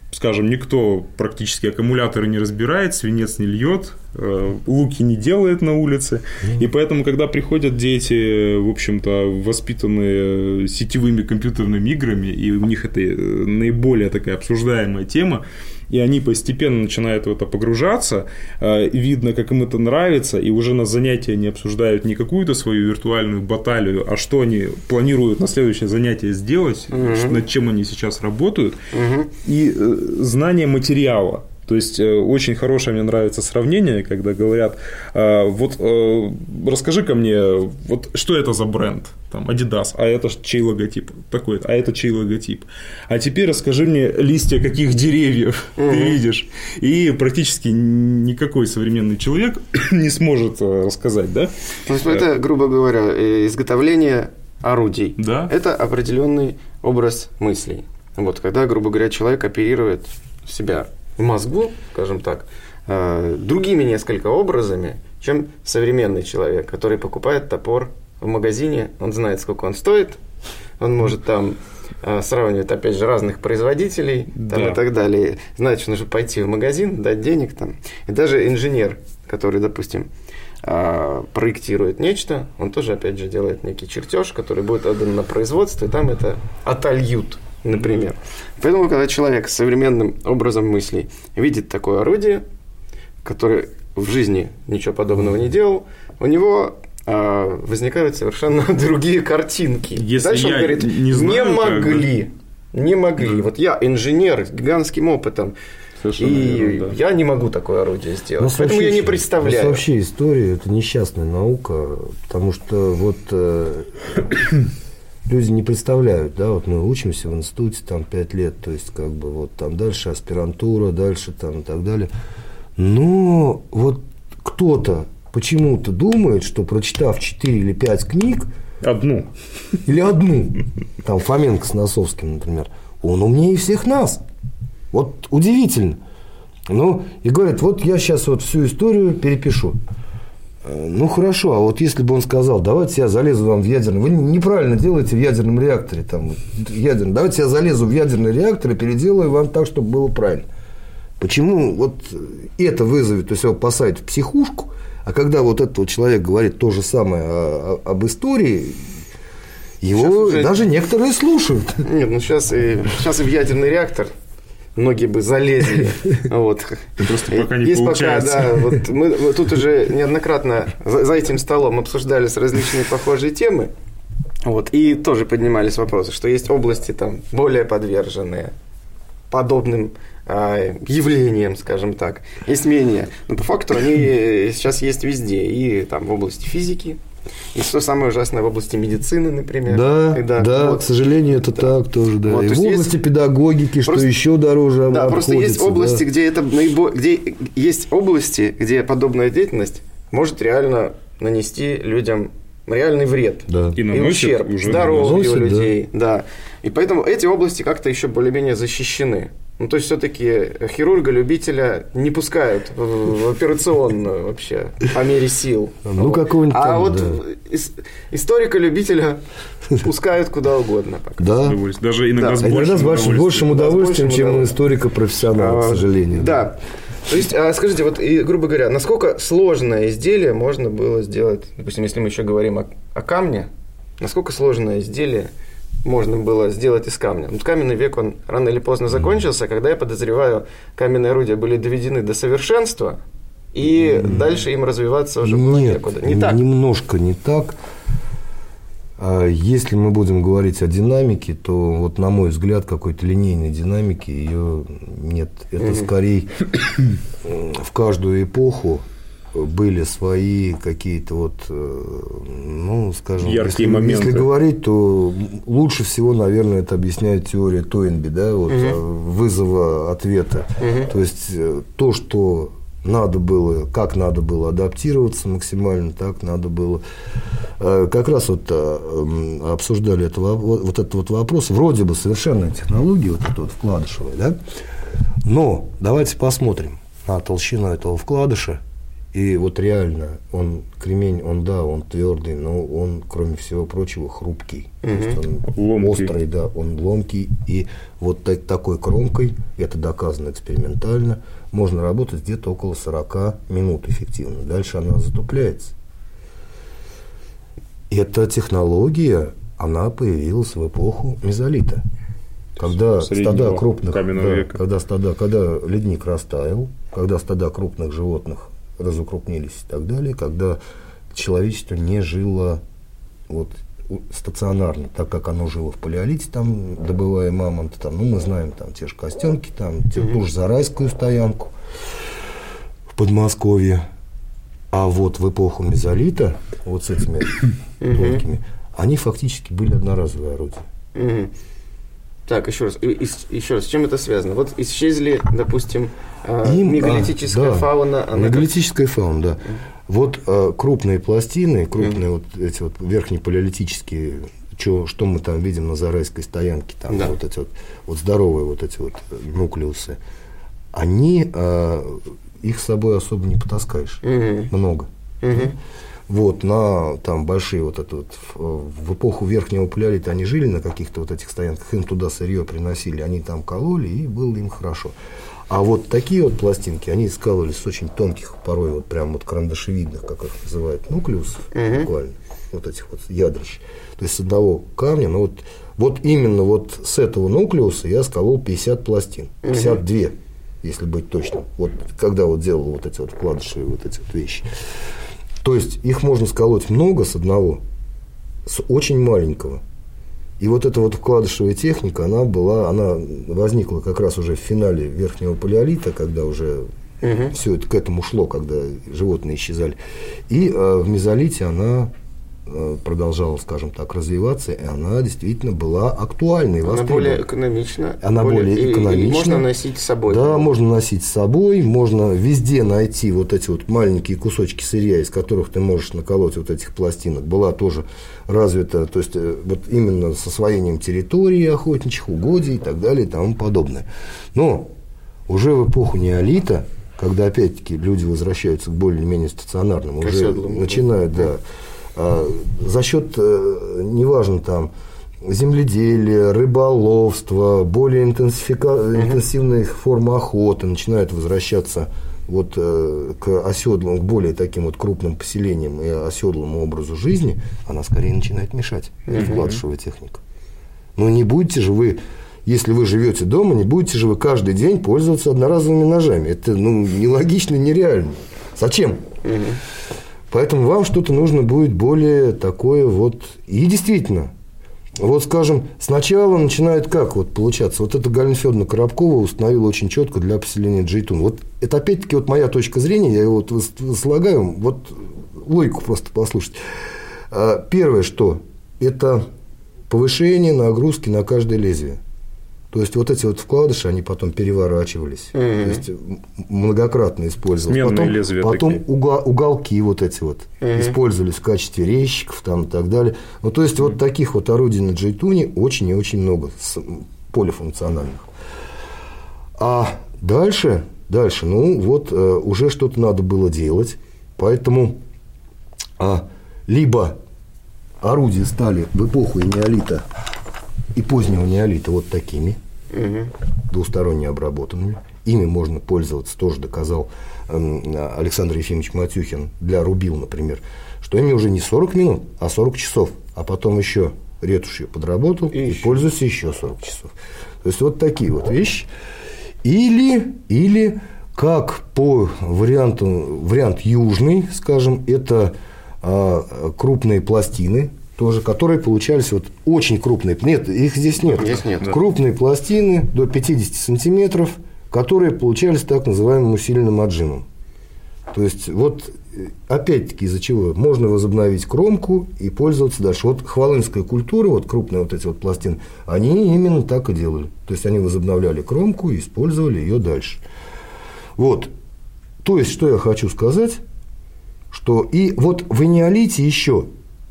скажем, никто практически аккумуляторы не разбирает, свинец не льет, луки не делает на улице. И поэтому, когда приходят дети, в общем-то, воспитанные сетевыми компьютерными играми, и у них это наиболее такая обсуждаемая тема, и они постепенно начинают в это погружаться, видно, как им это нравится, и уже на занятии они обсуждают не какую-то свою виртуальную баталию, а что они планируют на следующее занятие сделать, над чем они сейчас работают, и знание материала. То есть, очень хорошее мне нравится сравнение, когда говорят, вот расскажи-ка мне, вот что это за бренд, там, Adidas, а это чей логотип такой-то, а это чей логотип. А теперь расскажи мне листья каких деревьев ты видишь. И практически никакой современный человек не сможет рассказать, да? То есть, это, грубо говоря, изготовление орудий. Да. Это определенный образ мыслей. Вот, когда, грубо говоря, человек оперирует себя в мозгу, скажем так, другими несколько образами, чем современный человек, который покупает топор в магазине, он знает, сколько он стоит, он может там сравнивать, опять же, разных производителей там, и так далее, знает, что нужно пойти в магазин, дать денег там. И даже инженер, который, допустим, проектирует нечто, он тоже, опять же, делает некий чертеж, который будет отдан на производство, и там это отольют, например. Поэтому, когда человек с современным образом мыслей видит такое орудие, которое в жизни ничего подобного не делал, у него возникают совершенно другие картинки. Если дальше он говорит, не могли. Вот я инженер с гигантским опытом, я не могу такое орудие сделать. Поэтому я не представляю. Вообще история – это несчастная наука, потому что вот люди не представляют, да, вот мы учимся в институте там 5 лет, то есть как бы вот там дальше аспирантура, дальше там и так далее. Но вот кто-то почему-то думает, что прочитав 4 или 5 книг, одну, там Фоменко с Носовским, например, он умнее всех нас. Вот удивительно. Ну, и говорят, вот я сейчас вот всю историю перепишу. Ну, хорошо, а вот если бы он сказал, давайте я залезу вам в ядерный... Вы неправильно делаете в ядерном реакторе. Там, давайте я залезу в ядерный реактор и переделаю вам так, чтобы было правильно. Почему вот это вызовет, то есть его посадят в психушку, а когда вот этот вот человек говорит то же самое об истории, его уже даже некоторые слушают. Нет, ну сейчас и в ядерный реактор многие бы залезли. Вот. Просто пока не получается. Вот мы тут уже неоднократно за этим столом обсуждали различные похожие темы. Вот, и тоже поднимались вопросы, что есть области там более подверженные подобным явлениям, скажем так, есть менее. Но по факту они сейчас есть везде. И там в области физики, и что самое ужасное, в области медицины, например. Да, вот, к сожалению, это так тоже, да. Вот, и в области педагогики, что еще дороже обходится. Да, просто есть области, где есть области, где подобная деятельность может реально нанести людям реальный вред и ущерб здоровью людей. Да. И поэтому эти области как-то еще более-менее защищены. Ну, то есть, все-таки хирурга-любителя не пускают в операционную вообще по мере сил. Ну, какого-нибудь там, а вот историка-любителя пускают куда угодно. Да. Даже иногда с большим удовольствием, чем у историка-профессионала, к сожалению. Да. То есть, скажите, вот, грубо говоря, насколько сложное изделие можно было сделать, допустим, если мы еще говорим о камне, насколько сложное изделие можно было сделать из камня. Вот каменный век, он рано или поздно закончился, когда, я подозреваю, каменные орудия были доведены до совершенства, и дальше им развиваться уже было некуда. Не так? Немножко не так. Если мы будем говорить о динамике, то, вот, на мой взгляд, какой-то линейной динамики ее нет. Это скорее в каждую эпоху были свои какие-то вот, ну, скажем, яркие моменты. Если говорить, то лучше всего, наверное, это объясняет теория Тойнби, да, вот, вызова ответа. То есть то, что надо было, как надо было адаптироваться максимально, так надо было. Как раз вот обсуждали вот этот вот вопрос, вроде бы совершенная технология, вот эта вот вкладышевая, да, но давайте посмотрим на толщину этого вкладыша И вот реально, кремень, он твердый, но он, кроме всего прочего, хрупкий. То есть он ломкий. Острый, да, он ломкий. И вот такой кромкой, это доказано экспериментально, можно работать где-то около 40 минут эффективно. Дальше она затупляется. Эта технология, она появилась в эпоху мезолита. Когда стада крупных, когда ледник растаял, когда стада крупных животных разукрупнились и так далее, когда человечество не жило вот стационарно, так как оно жило в палеолите, там, добывая мамонта, там, мы знаем там те же Костенки, там, ту же Зарайскую стоянку в Подмосковье. А вот в эпоху мезолита, вот с этими тонкими, они фактически были одноразовые орудия. Так, еще раз, с чем это связано? Вот исчезли, допустим, мегалитическая фауна. Мегалитическая фауна, да. Вот крупные пластины, крупные вот эти вот верхнепалеолитические, что мы там видим на Зарайской стоянке, там вот эти вот здоровые вот эти вот нуклеусы, они, их с собой особо не потаскаешь, много. Вот, на там большие вот это вот, в эпоху верхнего палеолита они жили на каких-то вот этих стоянках, им туда сырье приносили, они там кололи, и было им хорошо. А вот такие вот пластинки, они скалывались с очень тонких, порой вот прям вот карандашевидных, как их называют, нуклеусов, буквально, вот этих вот ядрищ. То есть с одного камня, ну вот именно вот с этого нуклеуса я сколол 50 пластин, 52, если быть точным. Вот когда вот делал вот эти вот вкладыши, вот эти вот вещи. То есть их можно сколоть много с одного, с очень маленького. И вот эта вот вкладышевая техника, она возникла как раз уже в финале верхнего палеолита, когда уже все это к этому шло, когда животные исчезали. И в мезолите она продолжала, скажем так, развиваться, и она действительно была актуальной. Она более экономична. Она более экономична. И можно носить с собой. Да, можно носить с собой, можно везде найти вот эти вот маленькие кусочки сырья, из которых ты можешь наколоть вот этих пластинок. Была тоже развита, то есть вот именно с освоением территории охотничьих, угодий и так далее и тому подобное. Но уже в эпоху неолита, когда опять-таки люди возвращаются к более-менее стационарному, уже начинают, за счет, неважно, там, земледелия, рыболовства, более интенсивных форм охоты начинают возвращаться вот к оседлым, к более таким вот крупным поселениям и оседлому образу жизни, она скорее начинает мешать, вкладышевая техника. Но не будете же вы, если вы живете дома, не будете же вы каждый день пользоваться одноразовыми ножами. Это нелогично, нереально. Зачем? Поэтому вам что-то нужно будет более такое вот. И действительно, вот скажем, сначала начинает как вот получаться. Вот это Галина Федоровна Коробкова установила очень четко для поселения Джейтун. Вот это опять-таки вот моя точка зрения, я ее вот слагаю, вот логику просто послушать. Первое, что это повышение нагрузки на каждое лезвие. То есть вот эти вот вкладыши, они потом переворачивались, то есть многократно использовались. Потом уголки вот эти вот использовались в качестве резчиков там, и так далее. Ну, то есть вот таких вот орудий на Джейтуне очень и очень много, полифункциональных. А дальше, ну вот уже что-то надо было делать, поэтому либо орудия стали в эпоху неолита и позднего неолита вот такими, двусторонне обработанными. Ими можно пользоваться, тоже доказал Александр Ефимович Матюхин для рубил, например, что ими уже не 40 минут, а 40 часов. А потом еще ретушью подработал и пользуется еще 40 часов. То есть вот такие вот вещи. Или как по вариант южный, скажем, это крупные пластины, тоже, которые получались вот очень крупные. Нет, их здесь нет. Крупные пластины до 50 сантиметров, которые получались так называемым усиленным отжимом. То есть, вот опять-таки из-за чего можно возобновить кромку и пользоваться дальше. Вот хвалынская культура, вот крупные вот эти вот пластины, они именно так и делали. То есть, они возобновляли кромку и использовали ее дальше. Вот. То есть, что я хочу сказать, что и вот в неолите еще,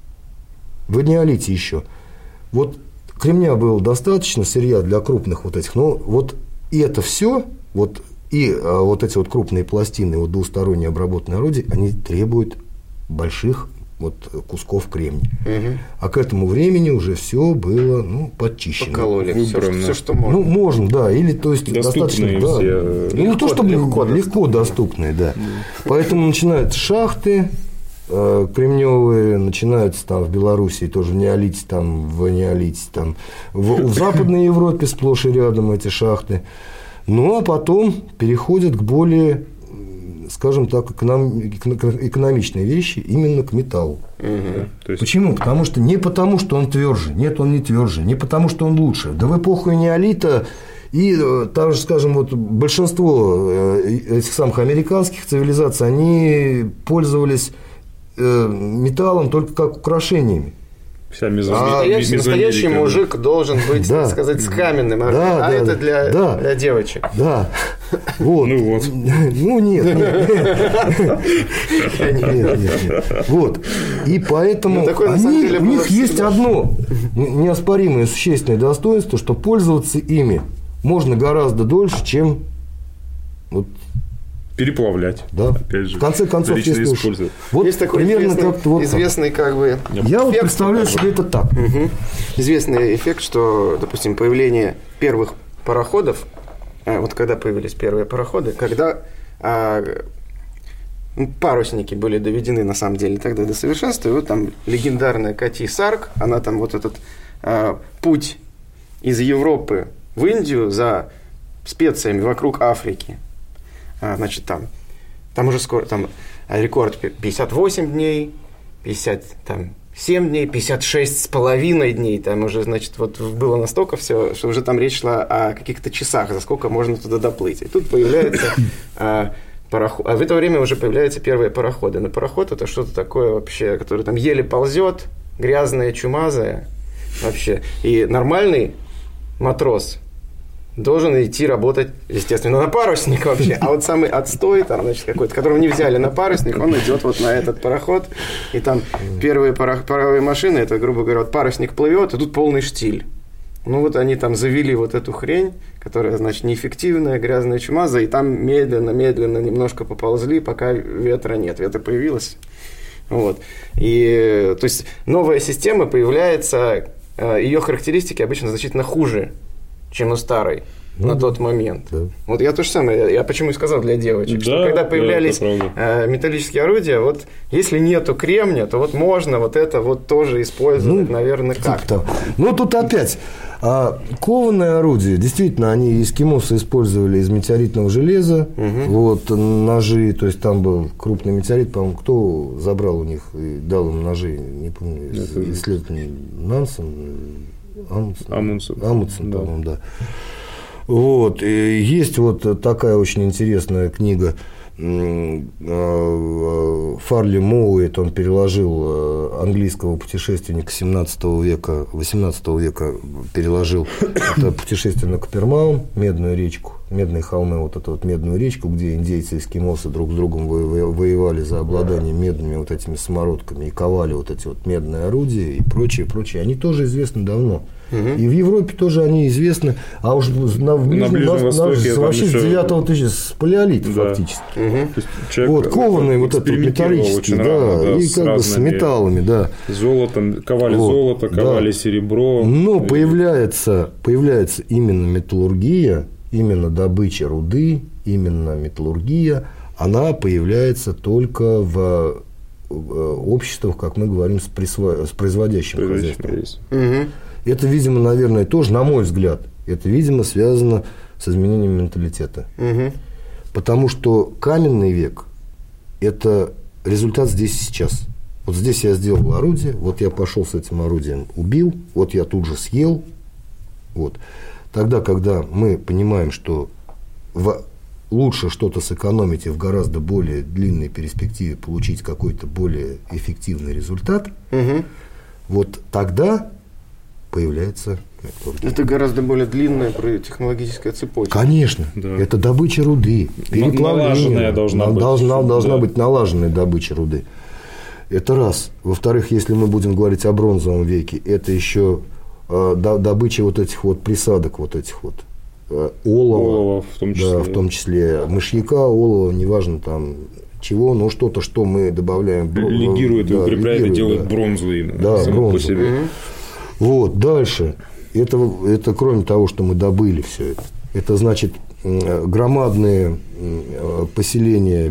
вот кремня было достаточно, сырья для крупных вот этих, но вот и это все, вот И вот эти вот крупные пластины, вот двусторонне обработанные орудия, они требуют больших вот кусков кремния. А к этому времени уже все было подчищено. Покололи все, что можно. Можно, да. Или, то есть, достаточно. Да. Не то, чтобы легко доступные, да. Поэтому начинаются шахты кремневые, начинаются там в Белоруссии тоже в неолите, там в Западной Европе сплошь и рядом эти шахты. Ну, а потом переходят к более, скажем так, экономичной вещи, именно к металлу. Почему? Не потому, что он тверже. Нет, он не тверже. Не потому, что он лучше. Да в эпоху неолита и также, скажем, вот большинство этих самых американских цивилизаций, они пользовались металлом только как украшениями. Настоящий мужик должен быть, так сказать, с каменным, это для девочек. Да. Вот. Нет. Вот. И поэтому у них есть одно неоспоримое существенное достоинство, что пользоваться ими можно гораздо дольше, чем переплавлять. Да. Опять же, в конце концов, если использовать. Вот есть такой известный я вот представляю себе это так. Известный эффект, что, допустим, появление первых пароходов, вот когда появились первые пароходы, когда парусники были доведены, на самом деле, тогда до совершенства, и вот там легендарная Кати Сарк, она там вот этот путь из Европы в Индию за специями вокруг Африки. Значит, там уже скоро, рекорд 58 дней, 57 дней, 56,5 дней, там уже, значит, вот было настолько все, что уже там речь шла о каких-то часах, за сколько можно туда доплыть. И тут появляется пароход, а в это время уже появляются первые пароходы. Но пароход – это что-то такое вообще, которое там еле ползет, грязное, чумазое вообще. И нормальный матрос должен идти работать, естественно, на парусник вообще. А вот самый отстой, значит, какой-то, которого не взяли на парусник, он идет вот на этот пароход. И там первые паровые машины, это, грубо говоря, вот парусник плывет, и тут полный штиль. Ну, вот они там завели вот эту хрень, которая, значит, неэффективная, грязная, чумазая, и там медленно немножко поползли, пока ветра нет. Ветер появилось. Вот. И, то есть, новая система появляется, ее характеристики обычно значительно хуже, чем у старой на тот момент. Да. Вот я то же самое, я почему и сказал для девочек, что когда появлялись металлические орудия, вот если нету кремния, то вот можно вот это вот тоже использовать, наверное, как-то. Тут опять кованые орудия, действительно, они эскимосы использовали из метеоритного железа, вот ножи, то есть там был крупный метеорит, по-моему, кто забрал у них и дал им ножи, не помню, исследователь Амундсен, по-моему, да. Вот. И есть вот такая очень интересная книга Фарли Моуэт, он переложил английского путешественника 17 века, 18 века переложил это путешествие на Капернаум, Медную речку, Медные холмы, вот эту вот Медную речку, где индейцы и эскимосы друг с другом воевали за обладание медными вот этими самородками и ковали вот эти вот медные орудия и прочее. Они тоже известны давно. И в Европе тоже они известны, а уж на Ближнем Востоке вообще с 9 тысячи, с палеолита фактически. Вот, кованные вот это металлические, и как бы с металлами, да. Золотом, ковали золото, ковали серебро. Но появляется именно металлургия, именно добыча руды, именно металлургия, она появляется только в обществах, как мы говорим, с производящим хозяйством. Это, видимо, наверное, тоже, на мой взгляд, это, видимо, связано с изменением менталитета. Потому что каменный век – это результат здесь и сейчас. Вот здесь я сделал орудие, вот я пошел с этим орудием, убил, вот я тут же съел. Вот. Тогда, когда мы понимаем, что лучше что-то сэкономить и в гораздо более длинной перспективе получить какой-то более эффективный результат, вот тогда появляется металлургия. Это гораздо более длинная технологическая цепочка. Конечно. Да. Это добыча руды, переплавление. Должна быть налаженная добыча руды. Это раз. Во-вторых, если мы будем говорить о бронзовом веке, это еще добыча вот этих вот присадок, вот этих вот олово в том числе. Да, в том числе мышьяка, олова, неважно там чего, но что-то, что мы добавляем. Легирует и укрепляет, и делает бронзу именно. Да, бронзу. По себе. Вот, дальше. Это кроме того, что мы добыли все это. Это значит громадные поселения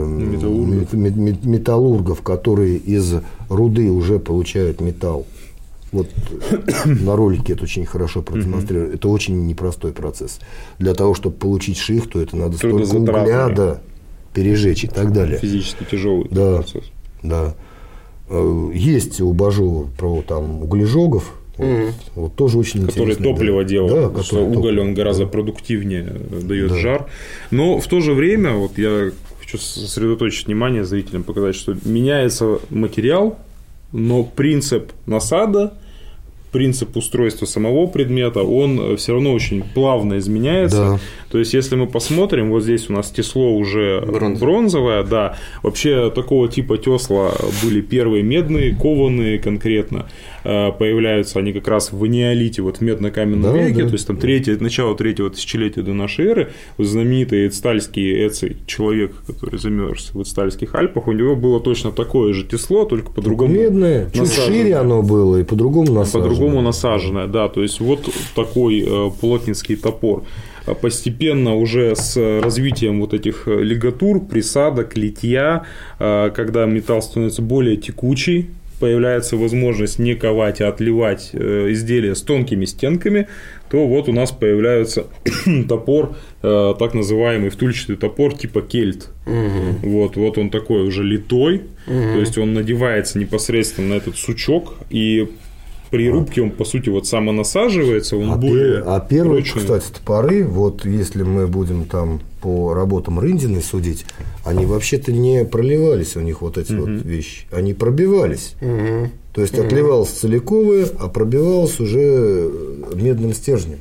металлургов, которые из руды уже получают металл. Вот на ролике это очень хорошо продемонстрировано. Это очень непростой процесс. Для того, чтобы получить шихту, это надо столько угля пережечь и так далее. Физически тяжелый процесс. Да. Есть у Бажова про там углежогов. Вот тоже очень интересно. Которые топливо делают, потому что уголь он гораздо продуктивнее дает жар. Но в то же время, вот я хочу сосредоточить внимание зрителям, показать, что меняется материал, но принцип насада, принцип устройства самого предмета, он все равно очень плавно изменяется. Да. То есть, если мы посмотрим, вот здесь у нас тесло уже бронзовое, да. Вообще такого типа тесла были первые медные, кованые конкретно. Появляются они как раз в неолите, вот в медно-каменном веке, то есть там начало третьего тысячелетия до нашей эры. Вот знаменитый эцтальский человек, который замерз в Эцтальских Альпах, у него было точно такое же тесло, только по-другому. Медное, чуть шире оно было и по-другому насаженное. По-другому насаженное, да. То есть вот такой плотницкий топор. Постепенно уже с развитием вот этих лигатур, присадок, литья, когда металл становится более текучий, появляется возможность не ковать, а отливать изделия с тонкими стенками, то вот у нас появляется топор, так называемый втульчатый топор типа кельт. Вот он такой уже литой, то есть он надевается непосредственно на этот сучок, и при рубке он, по сути, вот самонасаживается, он более первые, прочный. Кстати, топоры, вот если мы будем там по работам Рындиной судить, они вообще-то не проливались, у них вот эти вот вещи, они пробивались. То есть отливалось целиковое, а пробивалось уже медным стержнем.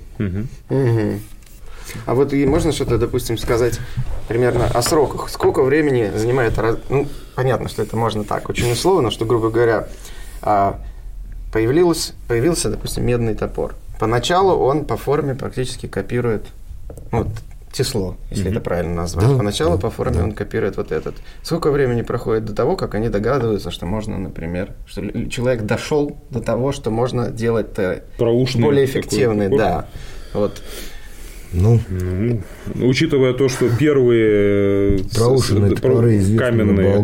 А вот и можно что-то, допустим, сказать примерно о сроках? Сколько времени занимает... Ну, понятно, что это можно так, очень условно, что, грубо говоря, появился, допустим, медный топор. Поначалу он по форме практически копирует тесло, если это правильно назвать. Да, поначалу по форме он копирует вот этот. Сколько времени проходит до того, как они догадываются, что можно, например, что человек дошел до того, что можно делать более эффективный, да. Вот. Учитывая то, что первые проушенные топоры каменные,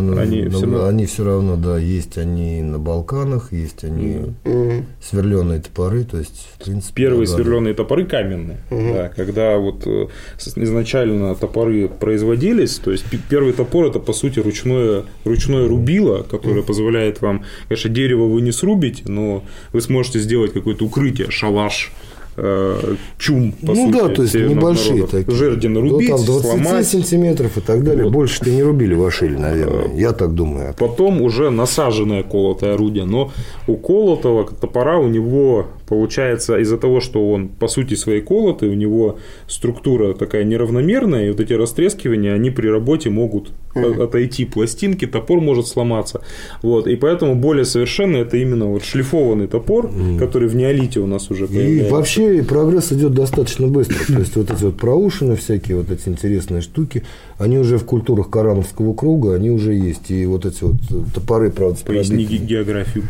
они все равно, да, есть они на Балканах, есть они сверленные топоры, то есть в принципе, первые сверленые топоры каменные, да, когда вот изначально топоры производились, то есть первый топор это по сути ручное рубило, которое позволяет вам, конечно, дерево вы не срубите, но вы сможете сделать какое-то укрытие, шалаш. Чум, по сути, да, то есть небольшие такие. Жерди нарубить, там 20 сломать. Сантиметров и так далее. Вот. Больше-то не рубили вошили, наверное. Я так думаю. Потом уже насаженное колотое орудие. Но у колотого топора у него получается из-за того, что он по сути своей колотый, у него структура такая неравномерная, и вот эти растрескивания, они при работе могут отойти пластинки, топор может сломаться. Вот. И поэтому более совершенный это именно вот шлифованный топор, который в неолите у нас уже появляется. И вообще прогресс идет достаточно быстро. То есть вот эти вот проушины, всякие вот эти интересные штуки, они уже в культурах Корановского круга, они уже есть. И вот эти вот топоры, правда, поясни географию.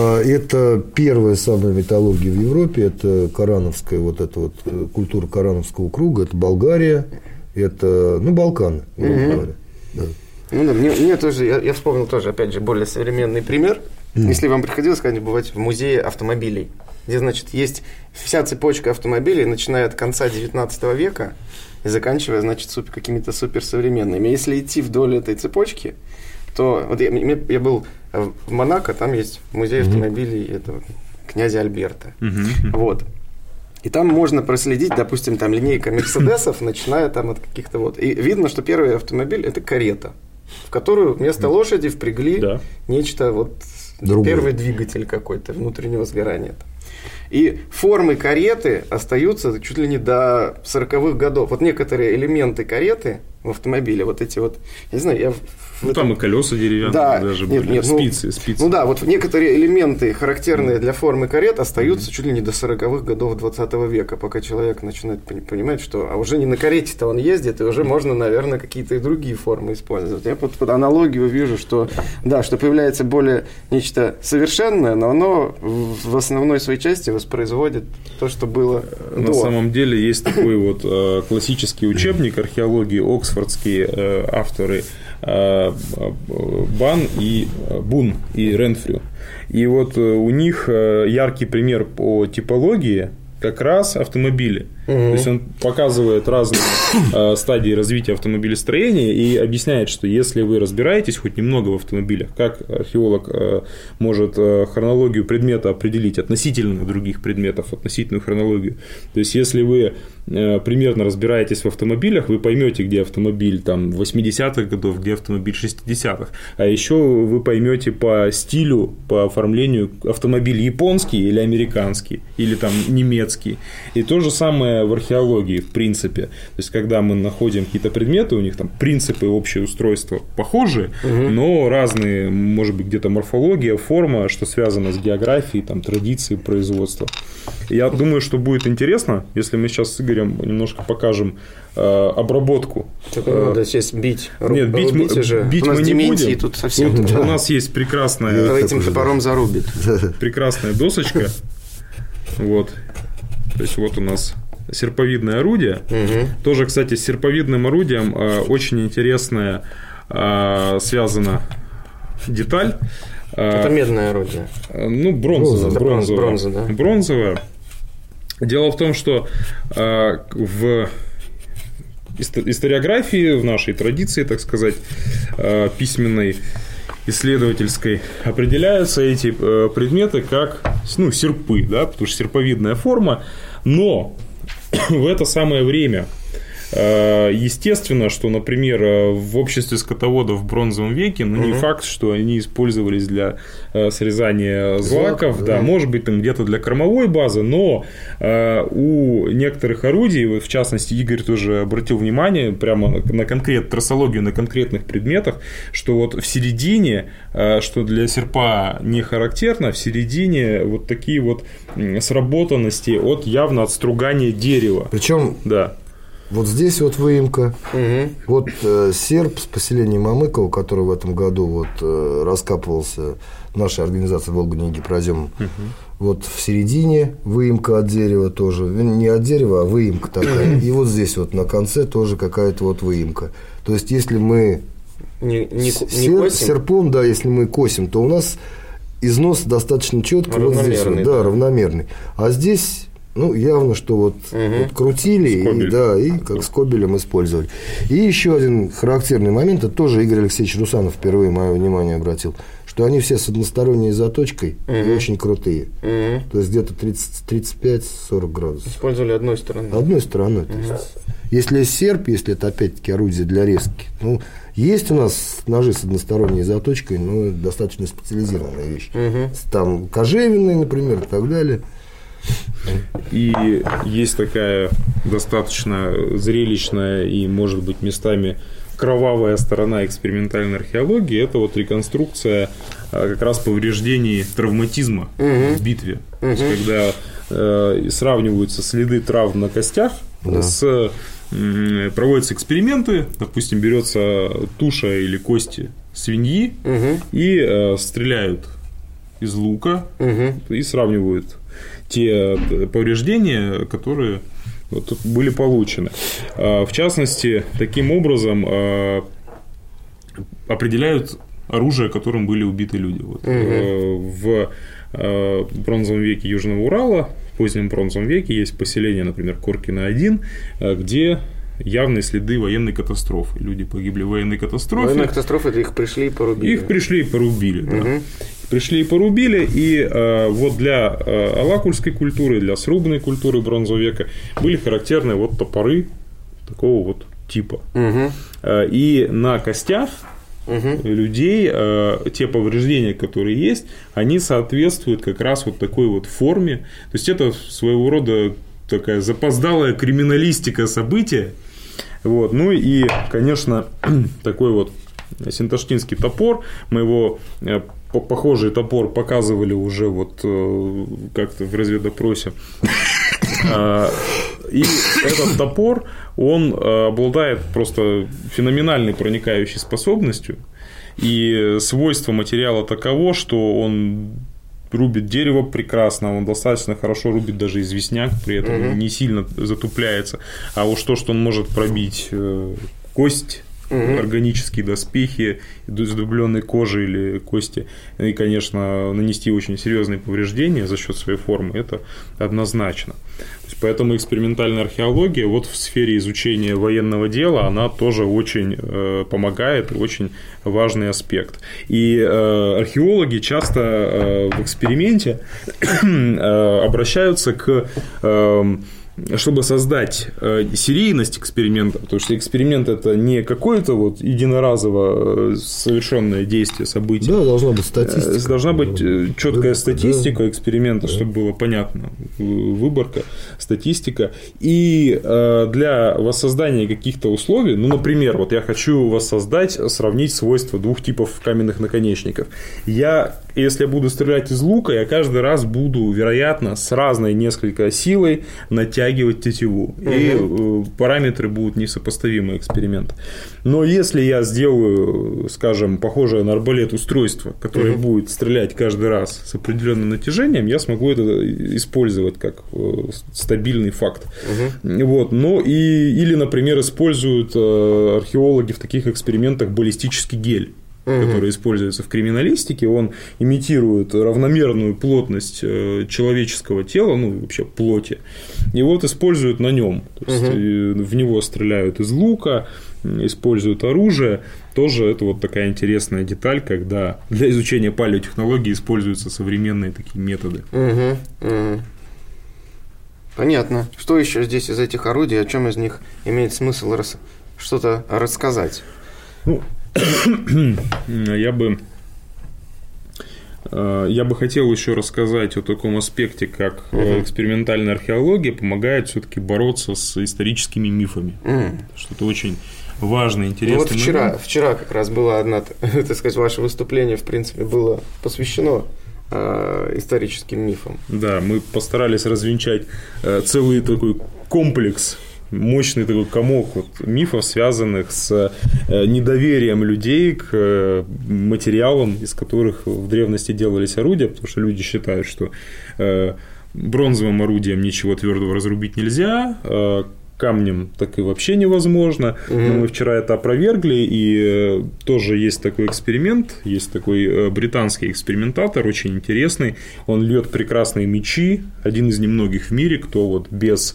Это первая самая металлургия в Европе, это Корановская, вот эта вот культура Корановского круга, это Болгария, это, Балканы, грубо говоря. Да. Мне тоже, я вспомнил тоже, опять же, более современный пример. Если вам приходилось когда-нибудь бывать в музее автомобилей, где, значит, есть вся цепочка автомобилей, начиная от конца 19 века и заканчивая, значит, какими-то суперсовременными. Если идти вдоль этой цепочки, то вот я был в Монако, там есть музей автомобилей этого князя Альберта. Вот. И там можно проследить, допустим, там линейка Мерседесов, начиная там от каких-то вот. И видно, что первый автомобиль – это карета, в которую вместо лошади впрягли нечто вот другой. Первый двигатель какой-то внутреннего сгорания. И формы кареты остаются чуть ли не до 40-х годов. Вот некоторые элементы кареты в автомобиле. Вот эти вот, я не знаю, там и колеса деревянные, да, даже были, спицы. Ну да, вот некоторые элементы, характерные для формы карет, остаются чуть ли не до 40-х годов 20 века, пока человек начинает понимать, что уже не на карете-то он ездит, и уже можно, наверное, какие-то и другие формы использовать. Я под аналогию вижу, что появляется более нечто совершенное, но оно в основной своей части воспроизводит то, что было до. На самом деле есть такой вот классический учебник археологии, оксфордские авторы Бун и Ренфрю. И вот у них яркий пример по типологии как раз автомобили. То есть он показывает разные стадии развития автомобилестроения и объясняет, что если вы разбираетесь хоть немного в автомобилях, как археолог может хронологию предмета определить относительно других предметов, относительную хронологию. То есть если вы примерно разбираетесь в автомобилях, вы поймете, где автомобиль там 80-х годов, где автомобиль 60-х. А еще вы поймете по стилю, по оформлению автомобиль японский или американский, или там немецкий. И то же самое в археологии, в принципе. То есть, когда мы находим какие-то предметы, у них там принципы общего устройства похожи, но разные, может быть, где-то морфология, форма, что связано с географией, там, традицией производства. Я думаю, что будет интересно, если мы сейчас с Игорем немножко покажем обработку. Только надо сейчас бить. Нет, бить мы не будем. Тут совсем у нас есть прекрасная... Этим топором зарубит. Прекрасная досочка. Вот. То есть, вот у нас серповидное орудие. Тоже, кстати, с серповидным орудием очень интересная связана деталь. Это медное орудие. Ну, бронзовое. Дело в том, что в историографии, в нашей традиции, так сказать, письменной, исследовательской, определяются эти предметы как серпы, да, потому что серповидная форма, но в это самое время естественно, что, например, в обществе скотоводов в бронзовом веке, не факт, что они использовались для срезания злаков, да, может быть, там где-то для кормовой базы, но у некоторых орудий, вот в частности, Игорь тоже обратил внимание прямо на трассологию на конкретных предметах, что вот в середине, что для серпа не характерно, в середине вот такие вот сработанности явно от стругания дерева. Причем да. Вот здесь вот выемка. Вот серп с поселения Мамыково, который в этом году раскапывался нашей организацией Волга-Нигипрозем. Вот в середине выемка от дерева тоже. Не от дерева, а выемка такая. И вот здесь вот на конце тоже какая-то вот выемка. То есть, если мы серпом, да, если мы косим, то у нас износ достаточно четко. Равномерный. Вот здесь, да, равномерный. А здесь... явно, что вот крутили и как скобелем использовали. И еще один характерный момент, это тоже Игорь Алексеевич Русанов впервые мое внимание обратил, что они все с односторонней заточкой и очень крутые. То есть где-то 35-40 градусов. Использовали одной стороной. Одной стороной. То есть, если серп, если это опять-таки орудие для резки, есть у нас ножи с односторонней заточкой, но это достаточно специализированная вещь. Там кожевенные, например, и так далее. И есть такая достаточно зрелищная и, может быть, местами кровавая сторона экспериментальной археологии. Это вот реконструкция как раз повреждений травматизма в битве. То есть, когда сравниваются следы травм на костях, проводятся эксперименты, допустим, берется туша или кости свиньи и стреляют из лука и сравнивают те повреждения, которые были получены. В частности, таким образом определяют оружие, которым были убиты люди. В бронзовом веке Южного Урала, в позднем бронзовом веке, есть поселение, например, Коркино-1, где явные следы военной катастрофы. Люди погибли в военной катастрофе. Военная катастрофа – это их пришли и порубили. Их пришли и порубили, да. Пришли и порубили, и вот для алакульской культуры, для срубной культуры бронзового века были характерны вот топоры такого вот типа. И на костях людей те повреждения, которые есть, они соответствуют как раз вот такой вот форме. То есть это своего рода такая запоздалая криминалистика события, Вот. Ну и, конечно, такой вот синташтинский топор. Мы его, похожий топор, показывали уже вот как-то в разведдопросе. И этот топор, он обладает просто феноменальной проникающей способностью. И свойство материала таково, что он рубит дерево прекрасно, он достаточно хорошо рубит даже известняк, при этом не сильно затупляется. А уж то, что он может пробить кость, органические доспехи, издубленной кожи или кости, и, конечно, нанести очень серьезные повреждения за счет своей формы, это однозначно. То есть, поэтому экспериментальная археология вот в сфере изучения военного дела, она тоже очень помогает, очень важный аспект. И археологи часто в эксперименте обращаются к чтобы создать серийность эксперимента, потому что эксперимент – это не какое-то вот единоразово совершенное действие, событие. Да, должна быть статистика. Должна быть четкая статистика эксперимента, чтобы было понятно, выборка, статистика. И для воссоздания каких-то условий, ну, например, вот я хочу воссоздать, сравнить свойства двух типов каменных наконечников. Если я буду стрелять из лука, я каждый раз буду, вероятно, с разной несколько силой натягивать тетиву. И параметры будут несопоставимы эксперимента. Но если я сделаю, скажем, похожее на арбалет устройство, которое будет стрелять каждый раз с определенным натяжением, я смогу это использовать как стабильный факт. Вот. Ну, или, например, используют археологи в таких экспериментах баллистический гель, который используется в криминалистике, он имитирует равномерную плотность человеческого тела, ну, вообще плоти, и вот используют на нем. То есть в него стреляют из лука, используют оружие. Тоже это вот такая интересная деталь, когда для изучения палеотехнологии используются современные такие методы. Понятно. Что еще здесь из этих орудий, о чем из них имеет смысл что-то рассказать? Ну, я бы хотел еще рассказать о таком аспекте, как экспериментальная археология помогает все-таки бороться с историческими мифами. Что-то очень важное, интересное. Ну, вот вчера как раз было так сказать, ваше выступление, в принципе, было посвящено историческим мифам. Да, мы постарались развенчать целый такой комплекс, мощный такой комок вот мифов, связанных с недоверием людей к материалам, из которых в древности делались орудия, потому что люди считают, что бронзовым орудием ничего твердого разрубить нельзя, камнем так и вообще невозможно. Но мы вчера это опровергли, и тоже есть такой эксперимент, есть такой британский экспериментатор, очень интересный, он льет прекрасные мечи, один из немногих в мире, кто вот без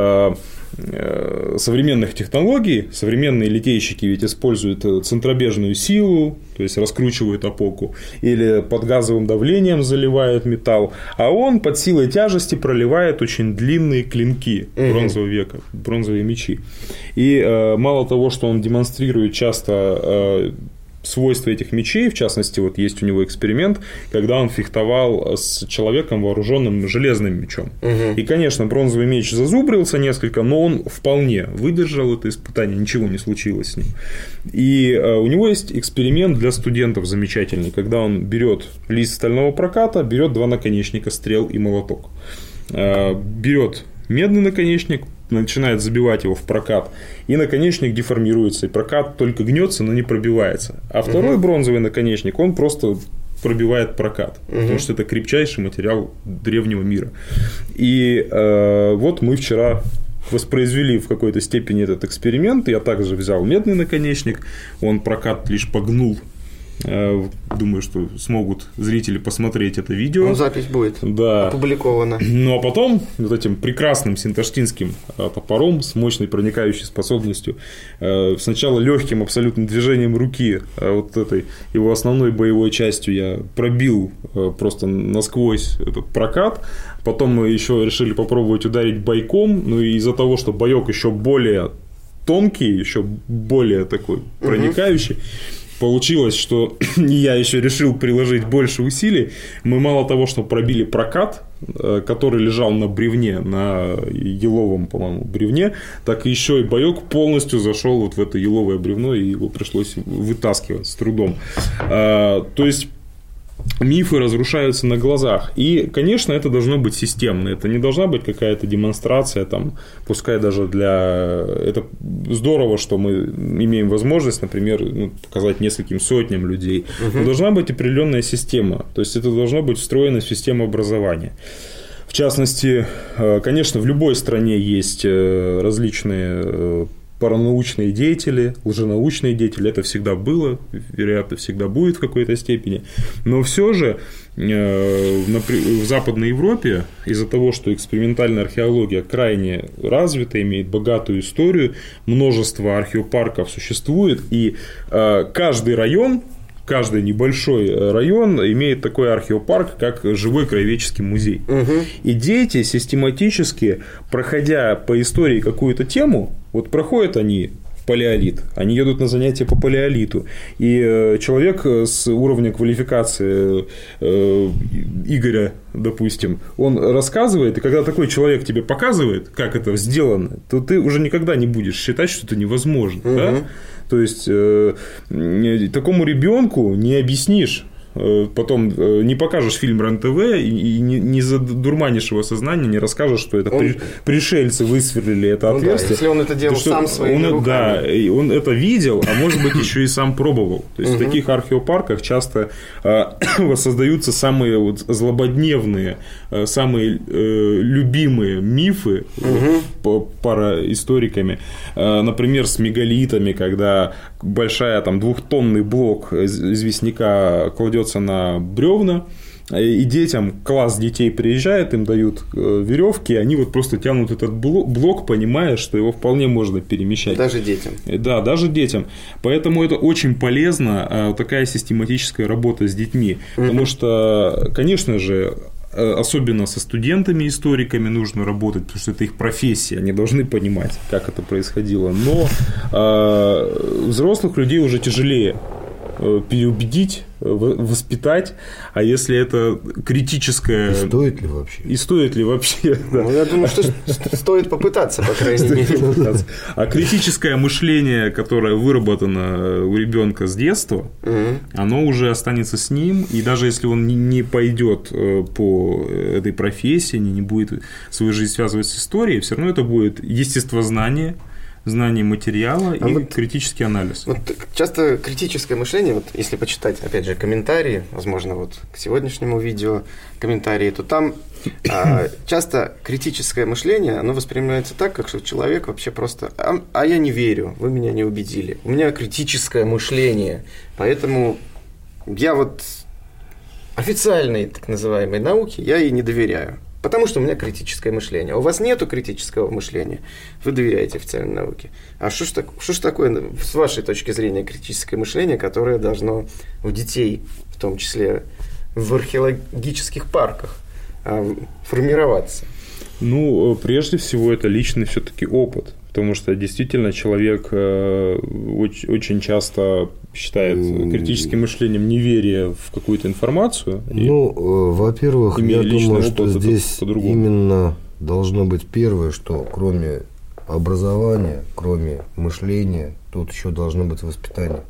современных технологий, современные литейщики ведь используют центробежную силу, то есть раскручивают опоку, или под газовым давлением заливают металл, а он под силой тяжести проливает очень длинные клинки бронзового века, бронзовые мечи. И мало того, что он демонстрирует часто свойства этих мечей, в частности, вот есть у него эксперимент, когда он фехтовал с человеком, вооруженным железным мечом. И, конечно, бронзовый меч зазубрился несколько, но он вполне выдержал это испытание, ничего не случилось с ним. И у него есть эксперимент для студентов замечательный, когда он берет лист стального проката, берет два наконечника, стрел и молоток. Берет медный наконечник, начинает забивать его в прокат, и наконечник деформируется, и прокат только гнется, но не пробивается. А второй бронзовый наконечник, он просто пробивает прокат, потому что это крепчайший материал древнего мира. И вот мы вчера воспроизвели в какой-то степени этот эксперимент. Я также взял медный наконечник, он прокат лишь погнул. Думаю, что смогут зрители посмотреть это видео. Ну, запись будет опубликована. Ну, а потом вот этим прекрасным синташтинским топором с мощной проникающей способностью, сначала легким абсолютно движением руки, вот этой его основной боевой частью я пробил просто насквозь этот прокат. Потом мы еще решили попробовать ударить бойком, ну и из-за того, что боек еще более тонкий, еще более такой проникающий, получилось, что я еще решил приложить больше усилий. Мы мало того, что пробили прокат, который лежал на бревне, на еловом, по-моему, бревне, так и еще и боек полностью зашел вот в это еловое бревно, и его пришлось вытаскивать с трудом. То есть мифы разрушаются на глазах. И, конечно, это должно быть системно. Это не должна быть какая-то демонстрация, там, пускай даже для... Это здорово, что мы имеем возможность, например, показать нескольким сотням людей. Но должна быть определенная система. То есть, это должно быть встроено в систему образования. В частности, конечно, в любой стране есть различные паранаучные деятели, лженаучные деятели, это всегда было, вероятно, всегда будет в какой-то степени. Но все же в Западной Европе из-за того, что экспериментальная археология крайне развита, имеет богатую историю, множество археопарков существует, и каждый район, каждый небольшой район имеет такой археопарк, как живой краеведческий музей. И дети систематически, проходя по истории какую-то тему, вот проходят они палеолит, они едут на занятия по палеолиту, и человек с уровня квалификации Игоря, допустим, он рассказывает, и когда такой человек тебе показывает, как это сделано, то ты уже никогда не будешь считать, что это невозможно. Да? То есть такому ребенку не объяснишь, потом не покажешь фильм РЕН-ТВ и не задурманишь его сознание, не расскажешь, что это пришельцы высверлили это отверстие. Да, если он это делал сам своими руками. Да, он это видел, а может быть еще и сам пробовал. То есть в таких археопарках часто воссоздаются самые вот злободневные, самые любимые мифы параисториками. Например, с мегалитами, когда большая там 2-тонный блок известняка кладется на бревна, и детям, класс детей приезжает, им дают веревки, и они вот просто тянут этот блок, понимая, что его вполне можно перемещать. Даже детям. Да, даже детям. Поэтому это очень полезно, такая систематическая работа с детьми. Потому что, конечно же, особенно со студентами-историками нужно работать, потому что это их профессия, они должны понимать, как это происходило. Но взрослых людей уже тяжелее переубедить, воспитать, а если это критическое... И стоит ли вообще? И стоит ли вообще, да. Ну, я думаю, что стоит попытаться, по крайней мере. А критическое мышление, которое выработано у ребенка с детства, оно уже останется с ним, и даже если он не пойдет по этой профессии, не будет свою жизнь связывать с историей, все равно это будет естествознание, знание материала и вот критический анализ. Вот часто критическое мышление, вот если почитать, опять же, комментарии, возможно, вот к сегодняшнему видео комментарии, то там часто критическое мышление, оно воспринимается так, как что человек вообще просто «а я не верю, вы меня не убедили, у меня критическое мышление, поэтому я вот официальной так называемой науке, я ей не доверяю». Потому что у меня критическое мышление. У вас нету критического мышления, вы доверяете официальной науке. А что ж такое, с вашей точки зрения, критическое мышление, которое должно у детей, в том числе в археологических парках, формироваться? Ну, прежде всего, это личный все-таки опыт. Потому что действительно человек очень часто считает критическим мышлением неверие в какую-то информацию. Ну, во-первых, я думаю, что здесь именно должно быть первое, что кроме образования, кроме мышления, тут еще должно быть воспитание.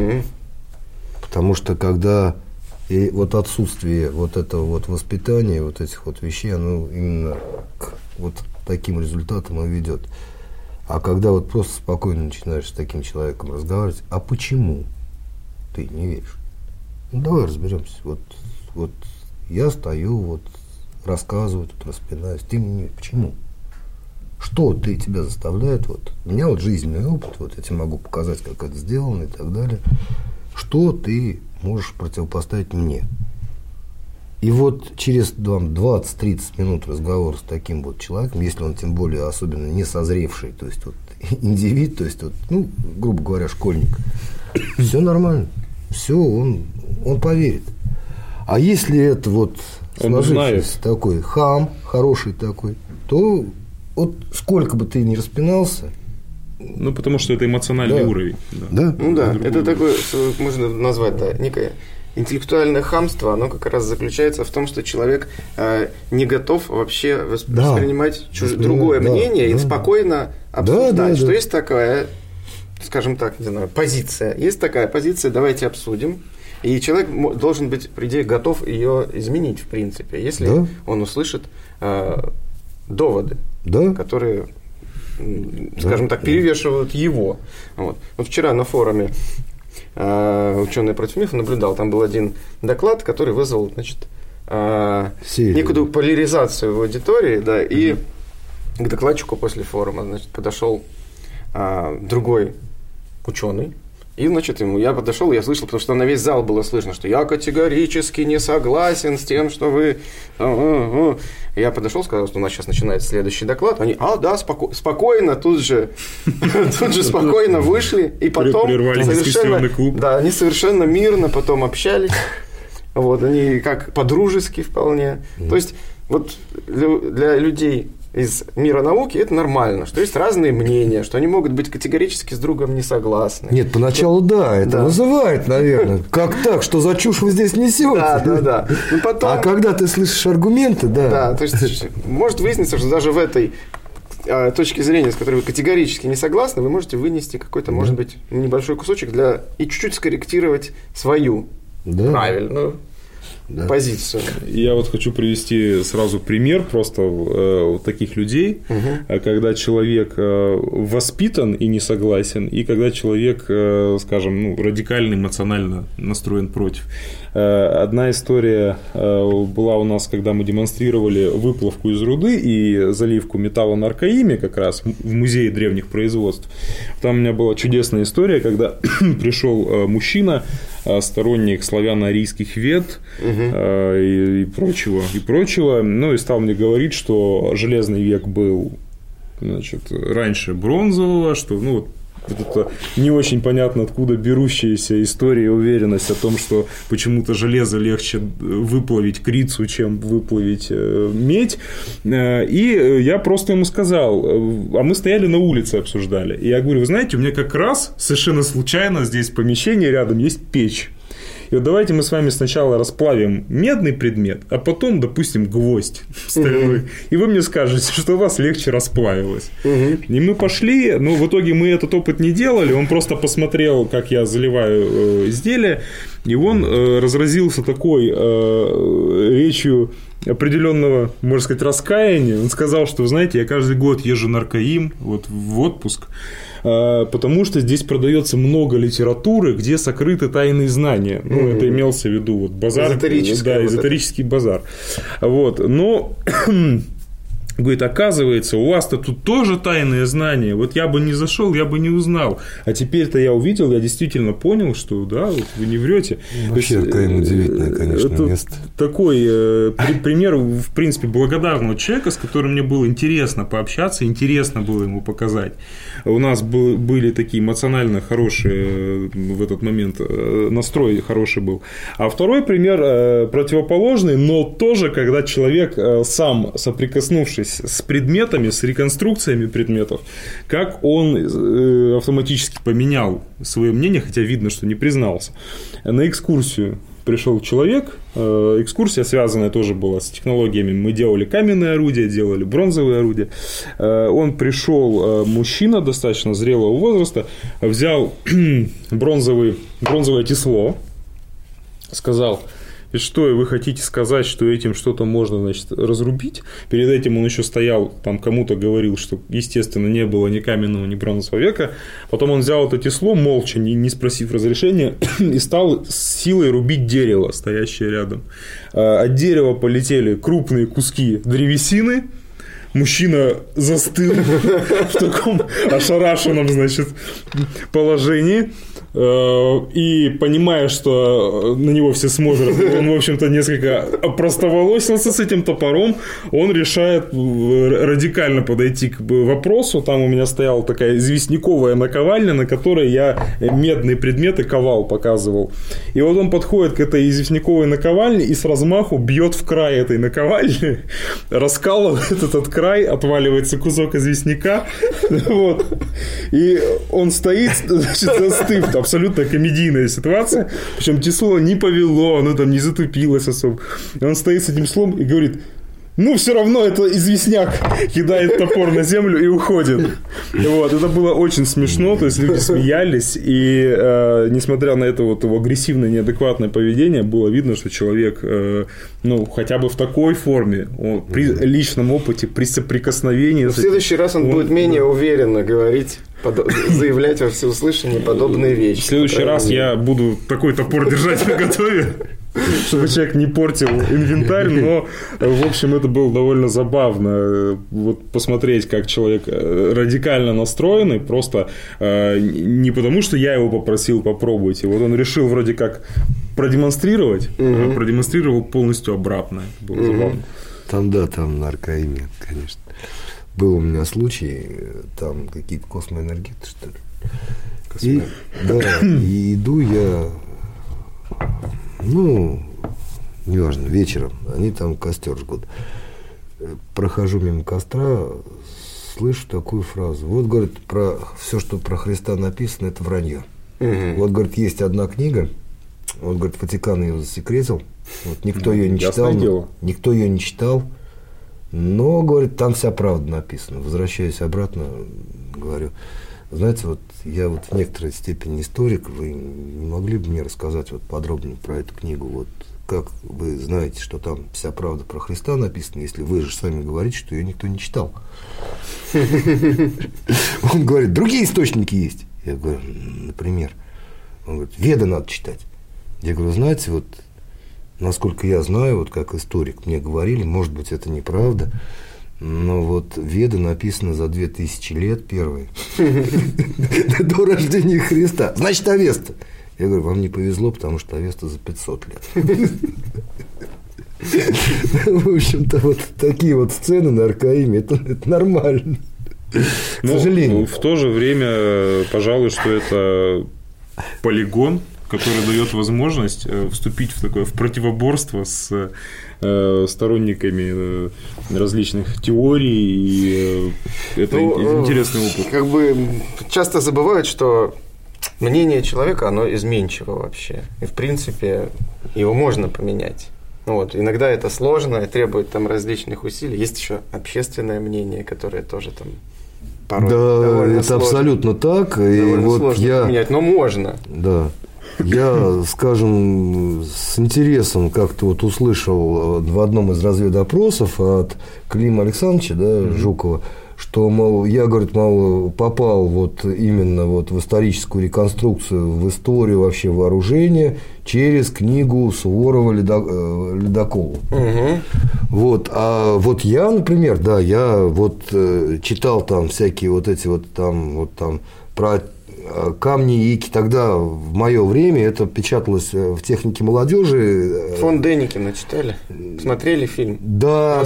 Потому что когда и вот отсутствие вот этого вот воспитания, вот этих вот вещей, оно именно к вот таким результатам и ведет. А когда вот просто спокойно начинаешь с таким человеком разговаривать, а почему ты не веришь? Ну, давай разберемся. Вот я стою, вот рассказываю, тут распинаюсь. Ты мне почему? Что ты тебя заставляет? Вот у меня вот жизненный опыт, вот я тебе могу показать, как это сделано и так далее. Что ты можешь противопоставить мне? И вот через 20-30 минут разговора с таким вот человеком, если он тем более особенно не созревший, то есть вот индивид, то есть вот, ну, грубо говоря, школьник, все нормально, все, он поверит. А если это вот сложившийся такой хам, хороший такой, то вот сколько бы ты ни распинался. Ну, потому что это эмоциональный уровень. Да. Ну да, это такой, можно назвать, да, некое интеллектуальное хамство, оно как раз заключается в том, что человек не готов вообще воспринимать другое мнение и спокойно обсуждать, что есть такая, скажем так, не знаю, позиция. Есть такая позиция, давайте обсудим. И человек должен быть, по идее, готов ее изменить, в принципе, если он услышит доводы, которые, скажем так, перевешивают его. Вот вчера на форуме «Ученые против мифа» наблюдал, там был один доклад, который вызвал, значит, некую поляризацию в аудитории, и к докладчику после форума, значит, подошел другой ученый. И, значит, я подошел, я слышал, потому что на весь зал было слышно, что я категорически не согласен с тем, что вы... Я подошел, сказал, что у нас сейчас начинается следующий доклад. Они, спокойно, тут же спокойно вышли. И потом они совершенно мирно потом общались. Вот, они как по-дружески вполне. То есть, вот для людей из мира науки это нормально, что есть разные мнения, что они могут быть категорически с другом не согласны. Нет, поначалу это вызывает, наверное. Как так? Что за чушь вы здесь несете? Да. Потом... А когда ты слышишь аргументы, то есть может выясниться, что даже в этой точке зрения, с которой вы категорически не согласны, вы можете вынести какой-то, может быть, небольшой кусочек и чуть-чуть скорректировать свою правильную позицию. Я вот хочу привести сразу пример просто таких людей, когда человек воспитан и не согласен, и когда человек, скажем, радикально эмоционально настроен против. Одна история была у нас, когда мы демонстрировали выплавку из руды и заливку металла на Аркаиме, как раз в музее древних производств. Там у меня была чудесная история, когда пришел мужчина, сторонник славяно-арийских вед и прочего, и стал мне говорить, что железный век был, значит, раньше бронзового, что, это не очень понятно, откуда берущаяся история и уверенность о том, что почему-то железо легче выплавить крицу, чем выплавить медь. И я просто ему сказал, а мы стояли на улице, обсуждали. И я говорю, вы знаете, у меня как раз совершенно случайно здесь в помещении рядом есть печь. И вот давайте мы с вами сначала расплавим медный предмет, а потом, допустим, гвоздь стальной. И вы мне скажете, что у вас легче расплавилось. И мы пошли, но в итоге мы этот опыт не делали. Он просто посмотрел, как я заливаю изделие, и он разразился такой речью определенного, можно сказать, раскаяния. Он сказал, что, вы знаете, я каждый год езжу на Аркаим в отпуск, потому что здесь продается много литературы, где сокрыты тайные знания. Это имелся в виду базар, эзотерический базар. Но говорит, оказывается, у вас-то тут тоже тайные знания. Вот я бы не зашел, я бы не узнал. А теперь-то я увидел, я действительно понял, что вы не врете. Вообще Аркаим удивительное, конечно, место. Такой пример, в принципе, благодарного человека, с которым мне было интересно пообщаться, интересно было ему показать. У нас были такие эмоционально хорошие в этот момент, настрой хороший был. А второй пример противоположный, но тоже, когда человек сам, соприкоснувшись с предметами, с реконструкциями предметов, как он автоматически поменял свое мнение, хотя видно, что не признался. На экскурсию пришел человек, экскурсия связанная тоже была с технологиями, мы делали каменные орудия, делали бронзовые орудия. Он пришел, мужчина достаточно зрелого возраста, взял бронзовое тесло, сказал: и что, вы хотите сказать, что этим что-то можно, значит, разрубить? Перед этим он еще стоял, там кому-то говорил, что, естественно, не было ни каменного, ни бронзового века. Потом он взял это тесло, молча, не спросив разрешения, и стал с силой рубить дерево, стоящее рядом. От дерева полетели крупные куски древесины. Мужчина застыл в таком ошарашенном, значит, положении. И понимая, что на него все смотрят, он, в общем-то, несколько опростоволосился с этим топором, он решает радикально подойти к вопросу. Там у меня стояла такая известняковая наковальня, на которой я медные предметы ковал, показывал. И вот он подходит к этой известняковой наковальне и с размаху бьет в край этой наковальни, раскалывает этот край край, отваливается кусок известняка, вот, и он стоит, значит, застыв, абсолютно комедийная ситуация, причем тесло не повело, оно там не затупилось особо, и он стоит с этим слом и говорит: ну, все равно это известняк, кидает топор на землю и уходит. Вот, это было очень смешно, то есть люди смеялись, и несмотря на это вот его агрессивное, неадекватное поведение, было видно, что человек, ну, хотя бы в такой форме, при личном опыте, при соприкосновении... В следующий раз он будет менее уверенно говорить, заявлять во всеуслышание подобные вещи. В следующий раз я буду такой топор держать наготове, чтобы человек не портил инвентарь, но, в общем, это было довольно забавно. Вот посмотреть, как человек радикально настроенный, просто не потому, что я его попросил попробовать, и вот он решил вроде как продемонстрировать, а продемонстрировал полностью обратно. Это было забавно. Там на Аркаиме, конечно. Был у меня случай, там какие-то космоэнергеты, что ли. И иду я, ну, неважно, вечером, они там костер жгут. Прохожу мимо костра, слышу такую фразу. Вот, говорит, про все, что про Христа написано, это вранье. Вот, говорит, есть одна книга, вот, говорит, Ватикан ее засекретил, вот, никто ее не читал, но, говорит, там вся правда написана. Возвращаясь обратно, говорю: знаете, вот я вот в некоторой степени историк, вы не могли бы мне рассказать вот подробнее про эту книгу? Вот как вы знаете, что там вся правда про Христа написана, если вы же сами говорите, что ее никто не читал? Он говорит: другие источники есть. Я говорю: например? Он говорит: Веды надо читать. Я говорю: знаете, вот насколько я знаю, вот как историк, мне говорили, может быть, это неправда, но вот Веды написаны за 2000 лет первые, до рождения Христа. Значит, Авеста. Я говорю: вам не повезло, потому что Авеста за 500 лет. В общем-то, вот такие вот сцены на Аркаиме, это нормально. К сожалению. В то же время, пожалуй, что это полигон, который дает возможность вступить в такое противоборство с сторонниками различных теорий, и это интересный опыт. Как бы часто забывают, что мнение человека, оно изменчиво вообще, и в принципе его можно поменять. Вот. Иногда это сложно и требует там различных усилий. Есть еще общественное мнение, которое тоже там порой довольно это сложно, абсолютно так. И вот сложно поменять, но можно. Да. Я, скажем, с интересом как-то вот услышал в одном из разведопросов от Клима Александровича, Жукова, что, мол, я, говорит, мол, попал вот именно вот в историческую реконструкцию, в историю вообще вооружения через книгу Суворова «Ледокол». Вот, а вот я, например, да, я вот читал там всякие вот эти вот там про камни, ики, тогда в мое время это печаталось в технике молодежи. Фон Деникина читали? Смотрели фильм? Да.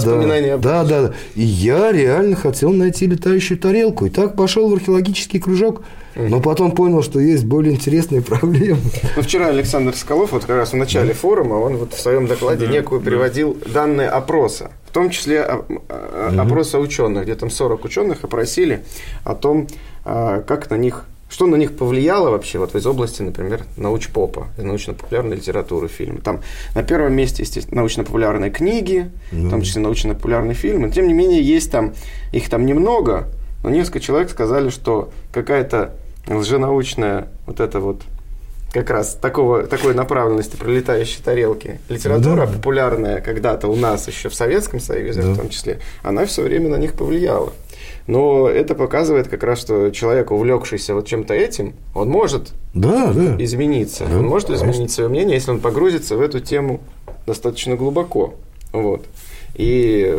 И я реально хотел найти летающую тарелку. И так пошел в археологический кружок. Но потом понял, что есть более интересные проблемы. Ну, вчера Александр Соколов, вот как раз в начале форума, он вот в своем докладе некую приводил данные опроса, в том числе опроса ученых, где там 40 ученых опросили о том, как на них, что на них повлияло вообще вот из области, например, научпопа, научно-популярной литературы, фильмы. Там на первом месте, естественно, научно-популярные книги, в том числе научно-популярные фильмы. Но, тем не менее, есть там, их там немного, но несколько человек сказали, что какая-то лженаучная вот это вот как раз такой направленности про летающие тарелки литература, популярная когда-то у нас еще в Советском Союзе, в том числе, она все время на них повлияла. Но это показывает как раз, что человек, увлекшийся вот чем-то этим, он может измениться. Он может изменить свое мнение, если он погрузится в эту тему достаточно глубоко. Вот. И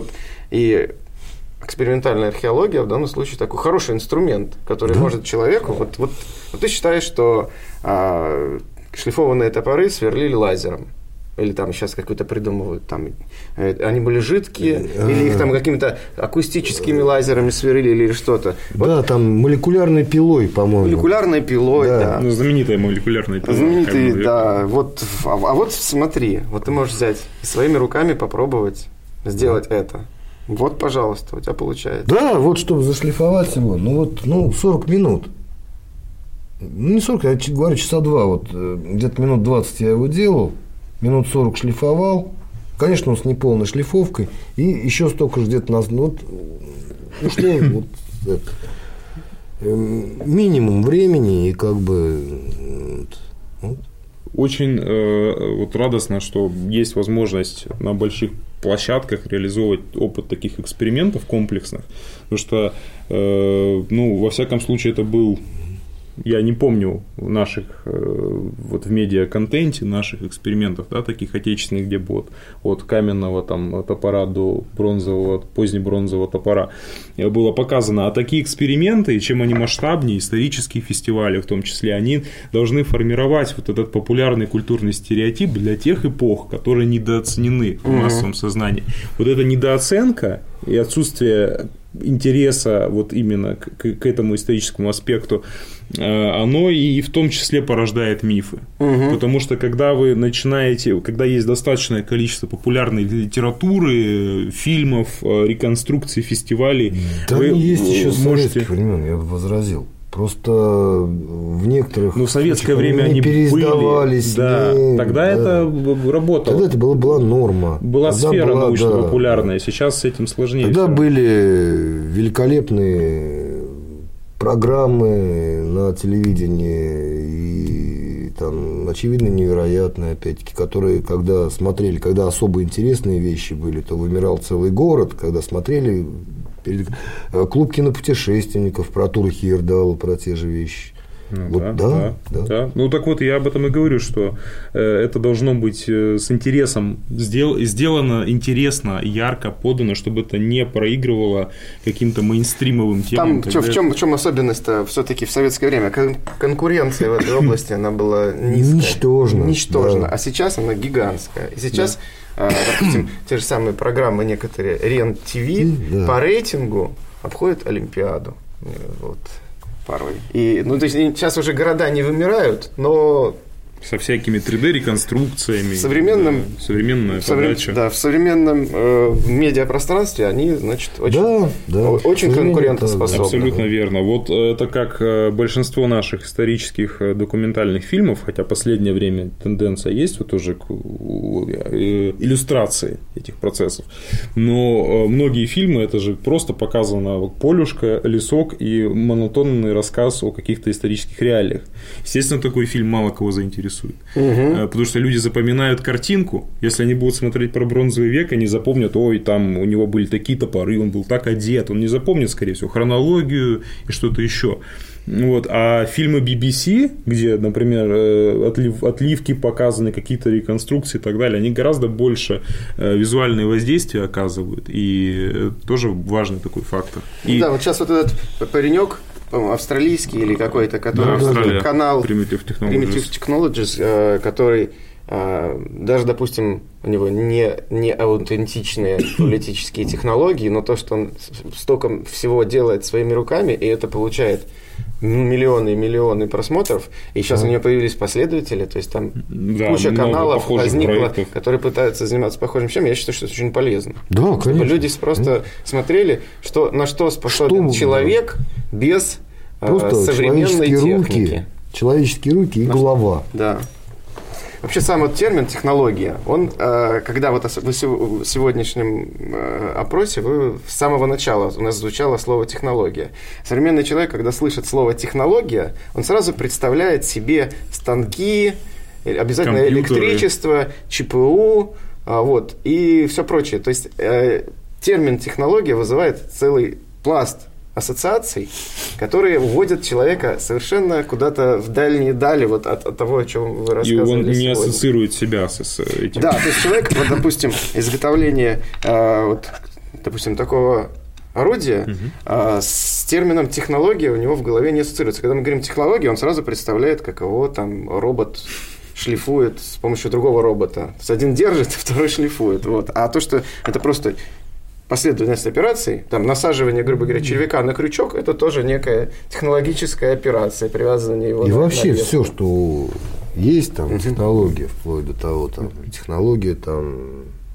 экспериментальная археология в данном случае такой хороший инструмент, который может человеку... Вот ты считаешь, что шлифованные топоры сверлили лазером? Или там сейчас какой-то придумывают, там они были жидкие, или их там какими-то акустическими лазерами сверлили, или что-то. Да, там молекулярной пилой, по-моему. Молекулярной пилой, да. Ну, знаменитая молекулярная пила. Знаменитая, да. Вот, а вот смотри, вот ты можешь взять и своими руками попробовать сделать это. Вот, пожалуйста, у тебя получается. Да, вот чтобы зашлифовать его, 40 минут. Не 40, я говорю, часа 2. Вот где-то минут 20 я его делал, минут 40 шлифовал. Конечно, он с неполной шлифовкой. И еще столько же где-то минимум времени и как бы. Очень радостно, что есть возможность на больших площадках реализовывать опыт таких экспериментов комплексных, потому что, во всяком случае, это был, я не помню наших, в медиа-контенте наших экспериментов, да, таких отечественных, где бы от каменного топора до позднебронзового топора было показано. А такие эксперименты, чем они масштабнее, исторические фестивали в том числе, они должны формировать вот этот популярный культурный стереотип для тех эпох, которые недооценены в массовом сознании. Вот эта недооценка и отсутствие интереса вот именно к этому историческому аспекту, оно и в том числе порождает мифы. Потому что когда вы начинаете, когда есть достаточное количество популярной литературы, фильмов, реконструкций, фестивалей, там вы есть еще можете... советских времен, я бы возразил. Просто в некоторых в советское время они переиздавались. Были, да. Тогда это работало. Тогда это была норма. Была тогда сфера научно-популярная. Сейчас с этим сложнее. Тогда были великолепные программы на телевидении и там, очевидно, невероятные, опять-таки, которые, когда смотрели, когда особо интересные вещи были, то вымирал целый город, когда смотрели клуб кинопутешественников про Артура Хейердала, про те же вещи. Да. Ну так вот, я об этом и говорю, что это должно быть с интересом сделано, интересно, ярко подано, чтобы это не проигрывало каким-то мейнстримовым темам. Там в чем особенность-то все-таки в советское время? Конкуренция в этой области, она была низкая. Ничтожна. Да. А сейчас она гигантская. И сейчас, допустим, те же самые программы некоторые, РЕН-ТВ по рейтингу обходят Олимпиаду. Вот. Порой. И, то есть сейчас уже города не вымирают, но со всякими 3D-реконструкциями. Современная подача. Да, в современном медиапространстве они, значит, очень конкурентоспособны. Абсолютно верно. Вот это как большинство наших исторических документальных фильмов, хотя в последнее время тенденция есть вот уже к иллюстрации этих процессов. Но многие фильмы, это же просто показано полюшка, лесок и монотонный рассказ о каких-то исторических реалиях. Естественно, такой фильм мало кого заинтересует. Потому что люди запоминают картинку. Если они будут смотреть про бронзовый век, они запомнят, там у него были такие топоры, он был так одет. Он не запомнит, скорее всего, хронологию и что-то еще. Вот. А фильмы BBC, где, например, отливки показаны, какие-то реконструкции и так далее, они гораздо больше визуальное воздействие оказывают. И тоже важный такой фактор. Да, вот сейчас вот этот паренек, австралийский или какой-то, который канал Primitive Technologies, который даже, допустим, у него не аутентичные политические технологии, но то, что он столько всего делает своими руками, и это получает миллионы и миллионы просмотров, и сейчас у него появились последователи, то есть там куча каналов возникла, которые пытаются заниматься похожим чем. Я считаю, что это очень полезно. Да, конечно. Люди просто смотрели, на что способен человек без современной техники. Человеческие руки и голова. Да. Вообще сам вот термин технология, он, когда вот вы в сегодняшнем опросе, вы с самого начала у нас звучало слово технология. Современный человек, когда слышит слово технология, он сразу представляет себе станки, обязательно компьютеры, электричество, ЧПУ, и все прочее. То есть термин технология вызывает целый пласт ассоциаций, которые уводят человека совершенно куда-то в дальние дали вот от того, о чем вы рассказывали. И он не сегодня. Ассоциирует себя с этим. Да, то есть человек, вот, допустим, изготовление допустим, такого орудия с термином технология у него в голове не ассоциируется. Когда мы говорим технология, он сразу представляет, как его там робот шлифует с помощью другого робота. То есть один держит, второй шлифует. Вот. А то, что это просто последовательность операций, там, насаживание, грубо говоря, червяка на крючок, это тоже некая технологическая операция, привязывание его и вообще все, что есть, там, технология, вплоть до того, там, технология, там,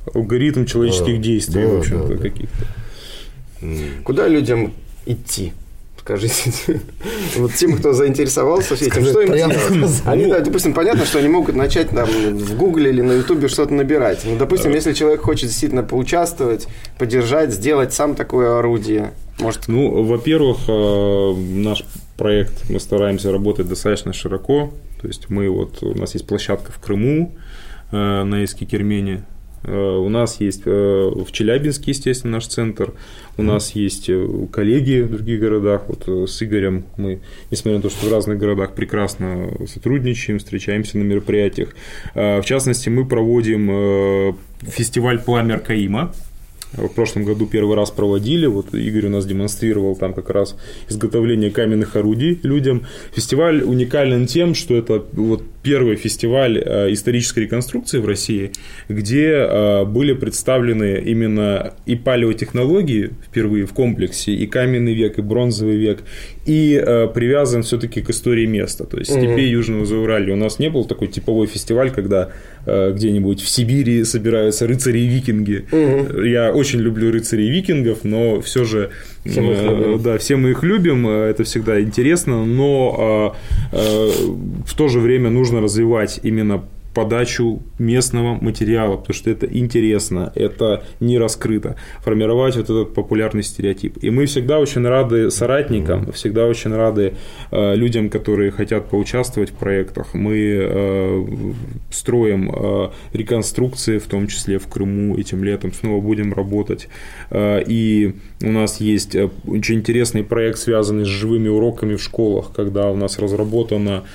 алгоритм человеческих действий, в общем-то, каких-то. Куда людям идти? Скажите, вот тем, кто заинтересовался этим, что им делать? Они, да, допустим, понятно, что они могут начать там в Гугле или на Ютубе что-то набирать. Ну, допустим, если человек хочет действительно поучаствовать, поддержать, сделать сам такое орудие, может... Ну, во-первых, наш проект мы стараемся работать достаточно широко. То есть у нас есть площадка в Крыму на Эски-Кермене. У нас есть в Челябинске, естественно, наш центр. У нас есть коллеги в других городах. Вот с Игорем мы, несмотря на то, что в разных городах прекрасно сотрудничаем, встречаемся на мероприятиях. В частности, мы проводим фестиваль «Пламя Аркаима». В прошлом году первый раз проводили. Вот Игорь у нас демонстрировал там как раз изготовление каменных орудий людям. Фестиваль уникален тем, что это вот первый фестиваль исторической реконструкции в России, где были представлены именно и палеотехнологии впервые в комплексе, и каменный век, и бронзовый век, и привязан все-таки к истории места. То есть степей Южного Зауралья. У нас не был такой типовой фестиваль, когда где-нибудь в Сибири собираются рыцари и викинги. Я очень люблю рыцарей и викингов, но все же все мы их любим, это всегда интересно, но в то же время нужно развивать именно подачу местного материала, потому что это интересно, это не раскрыто, формировать вот этот популярный стереотип. И мы всегда очень рады соратникам, всегда очень рады людям, которые хотят поучаствовать в проектах. Мы строим реконструкции, в том числе в Крыму, этим летом снова будем работать. И у нас есть очень интересный проект, связанный с живыми уроками в школах, когда у нас разработана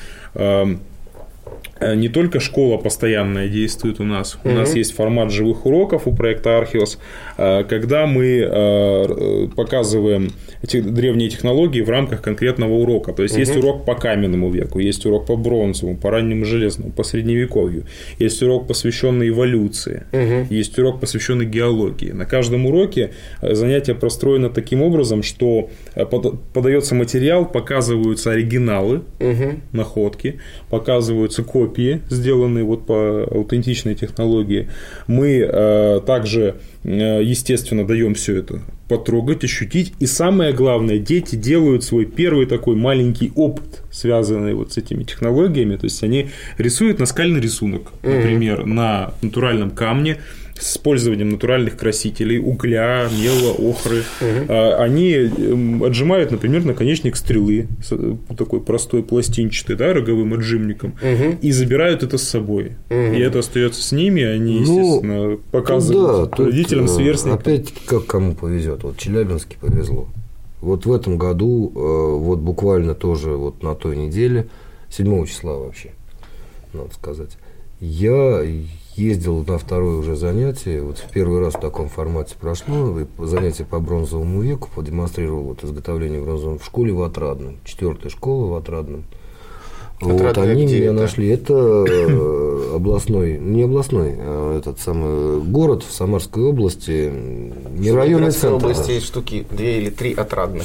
не только школа постоянная действует у нас есть формат живых уроков у проекта Архиос, когда мы показываем эти древние технологии в рамках конкретного урока. То есть есть урок по каменному веку, есть урок по бронзовому, по раннему железному, по средневековью, есть урок, посвященный эволюции, есть урок, посвященный геологии. На каждом уроке занятие простроено таким образом, что подается материал, показываются оригиналы, находки, показываются копии, сделанные вот по аутентичной технологии. Мы также, естественно, даем все это потрогать, ощутить. И самое главное, дети делают свой первый такой маленький опыт, связанный вот с этими технологиями. То есть они рисуют наскальный рисунок, например, на натуральном камне, с использованием натуральных красителей, угля, мела, охры. Они отжимают, например, наконечник стрелы, такой простой пластинчатый, да, роговым отжимником, и забирают это с собой. И это остается с ними, они, естественно, показывают родителям, сверстникам. Опять как кому повезет. Вот Челябинске повезло. Вот в этом году, вот буквально тоже вот на той неделе, 7 числа вообще, надо сказать, я ездил на второе уже занятие, вот в первый раз в таком формате прошло, занятие по бронзовому веку, продемонстрировал вот изготовление бронзового в школе в Отрадном, 4-я школа в Отрадном. Вот они меня нашли, это областной, не областной, а этот самый город в Самарской области, не районный центр. В области есть штуки 2 или 3 отрадных.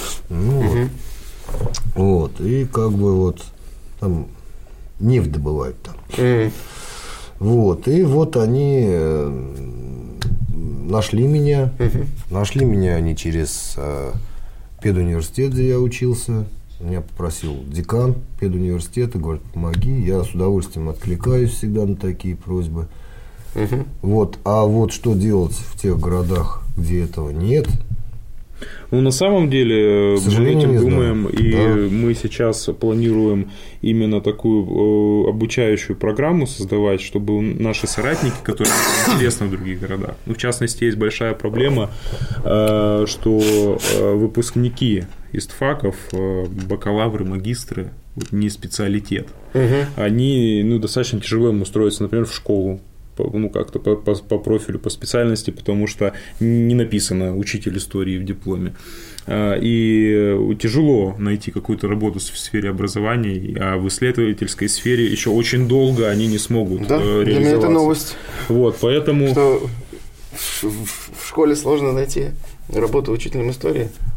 Вот, и как бы вот там нефть добывают там. Вот, и вот они нашли меня. Нашли меня они через педуниверситет, где я учился. Меня попросил декан педуниверситета, говорит, помоги. Я с удовольствием откликаюсь всегда на такие просьбы. Вот, а вот что делать в тех городах, где этого нет? Ну, на самом деле, мы этим думаем, и мы сейчас планируем именно такую обучающую программу создавать, чтобы наши соратники, которые интересны в других городах, ну, в частности, есть большая проблема, что выпускники истфаков, бакалавры, магистры, не специалитет, они достаточно тяжело им устроиться, например, в школу. Ну, как-то по профилю, по специальности, потому что не написано учитель истории в дипломе. И тяжело найти какую-то работу в сфере образования, а в исследовательской сфере еще очень долго они не смогут реализоваться. Для меня это новость. Вот, поэтому... Что в школе сложно найти работу учителем истории?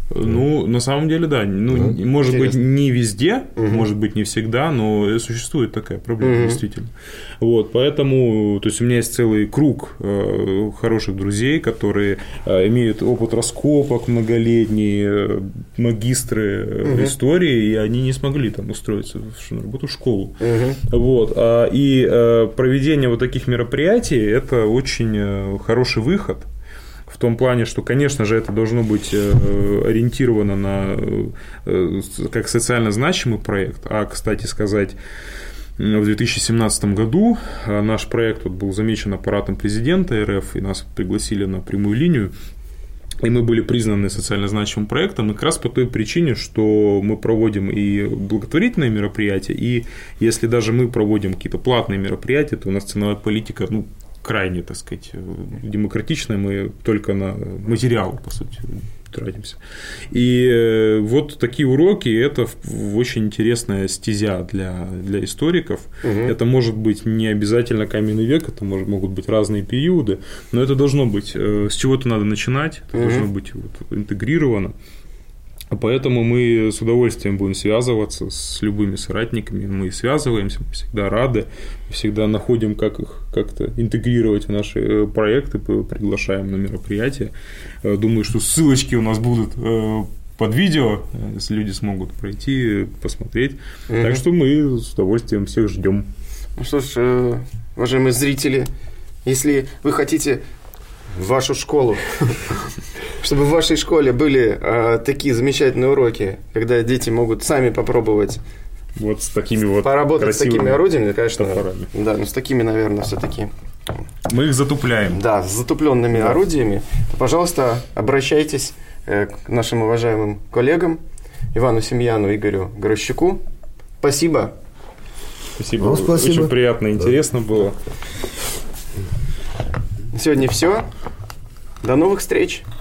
Ну, на самом деле, да. Ну, может Интересно. быть, не везде, может быть, не всегда, но существует такая проблема, действительно. Вот, поэтому, то есть, у меня есть целый круг хороших друзей, которые имеют опыт раскопок многолетний, магистры истории, и они не смогли там устроиться на работу в школу. Вот. И проведение вот таких мероприятий – это очень хороший выход. В том плане, что, конечно же, это должно быть ориентировано на как социально значимый проект. А, кстати сказать, в 2017 году наш проект был замечен аппаратом президента РФ, и нас пригласили на прямую линию. И мы были признаны социально значимым проектом, и как раз по той причине, что мы проводим и благотворительные мероприятия, и если даже мы проводим какие-то платные мероприятия, то у нас ценовая политика, крайне, так сказать, демократичная, мы только на материал, по сути, тратимся. И вот такие уроки – это очень интересная стезя для историков. Это может быть не обязательно каменный век, это могут быть разные периоды, но это должно быть, с чего-то надо начинать, это должно быть интегрировано. Поэтому мы с удовольствием будем связываться с любыми соратниками, мы связываемся, мы всегда рады, всегда находим, как их как-то интегрировать в наши проекты, приглашаем на мероприятия. Думаю, что ссылочки у нас будут под видео, если люди смогут пройти, посмотреть. Так что мы с удовольствием всех ждем. Ну что ж, уважаемые зрители, если вы хотите в вашу школу, чтобы в вашей школе были такие замечательные уроки, когда дети могут сами попробовать вот с такими вот поработать с такими орудиями, конечно, топорами. Да, но с такими, наверное, все-таки. Мы их затупляем. Да, с затупленными орудиями. То, пожалуйста, обращайтесь к нашим уважаемым коллегам Ивану Семьяну, Игорю Грощуку. Спасибо. Спасибо. Очень приятно и интересно было. На сегодня все. До новых встреч.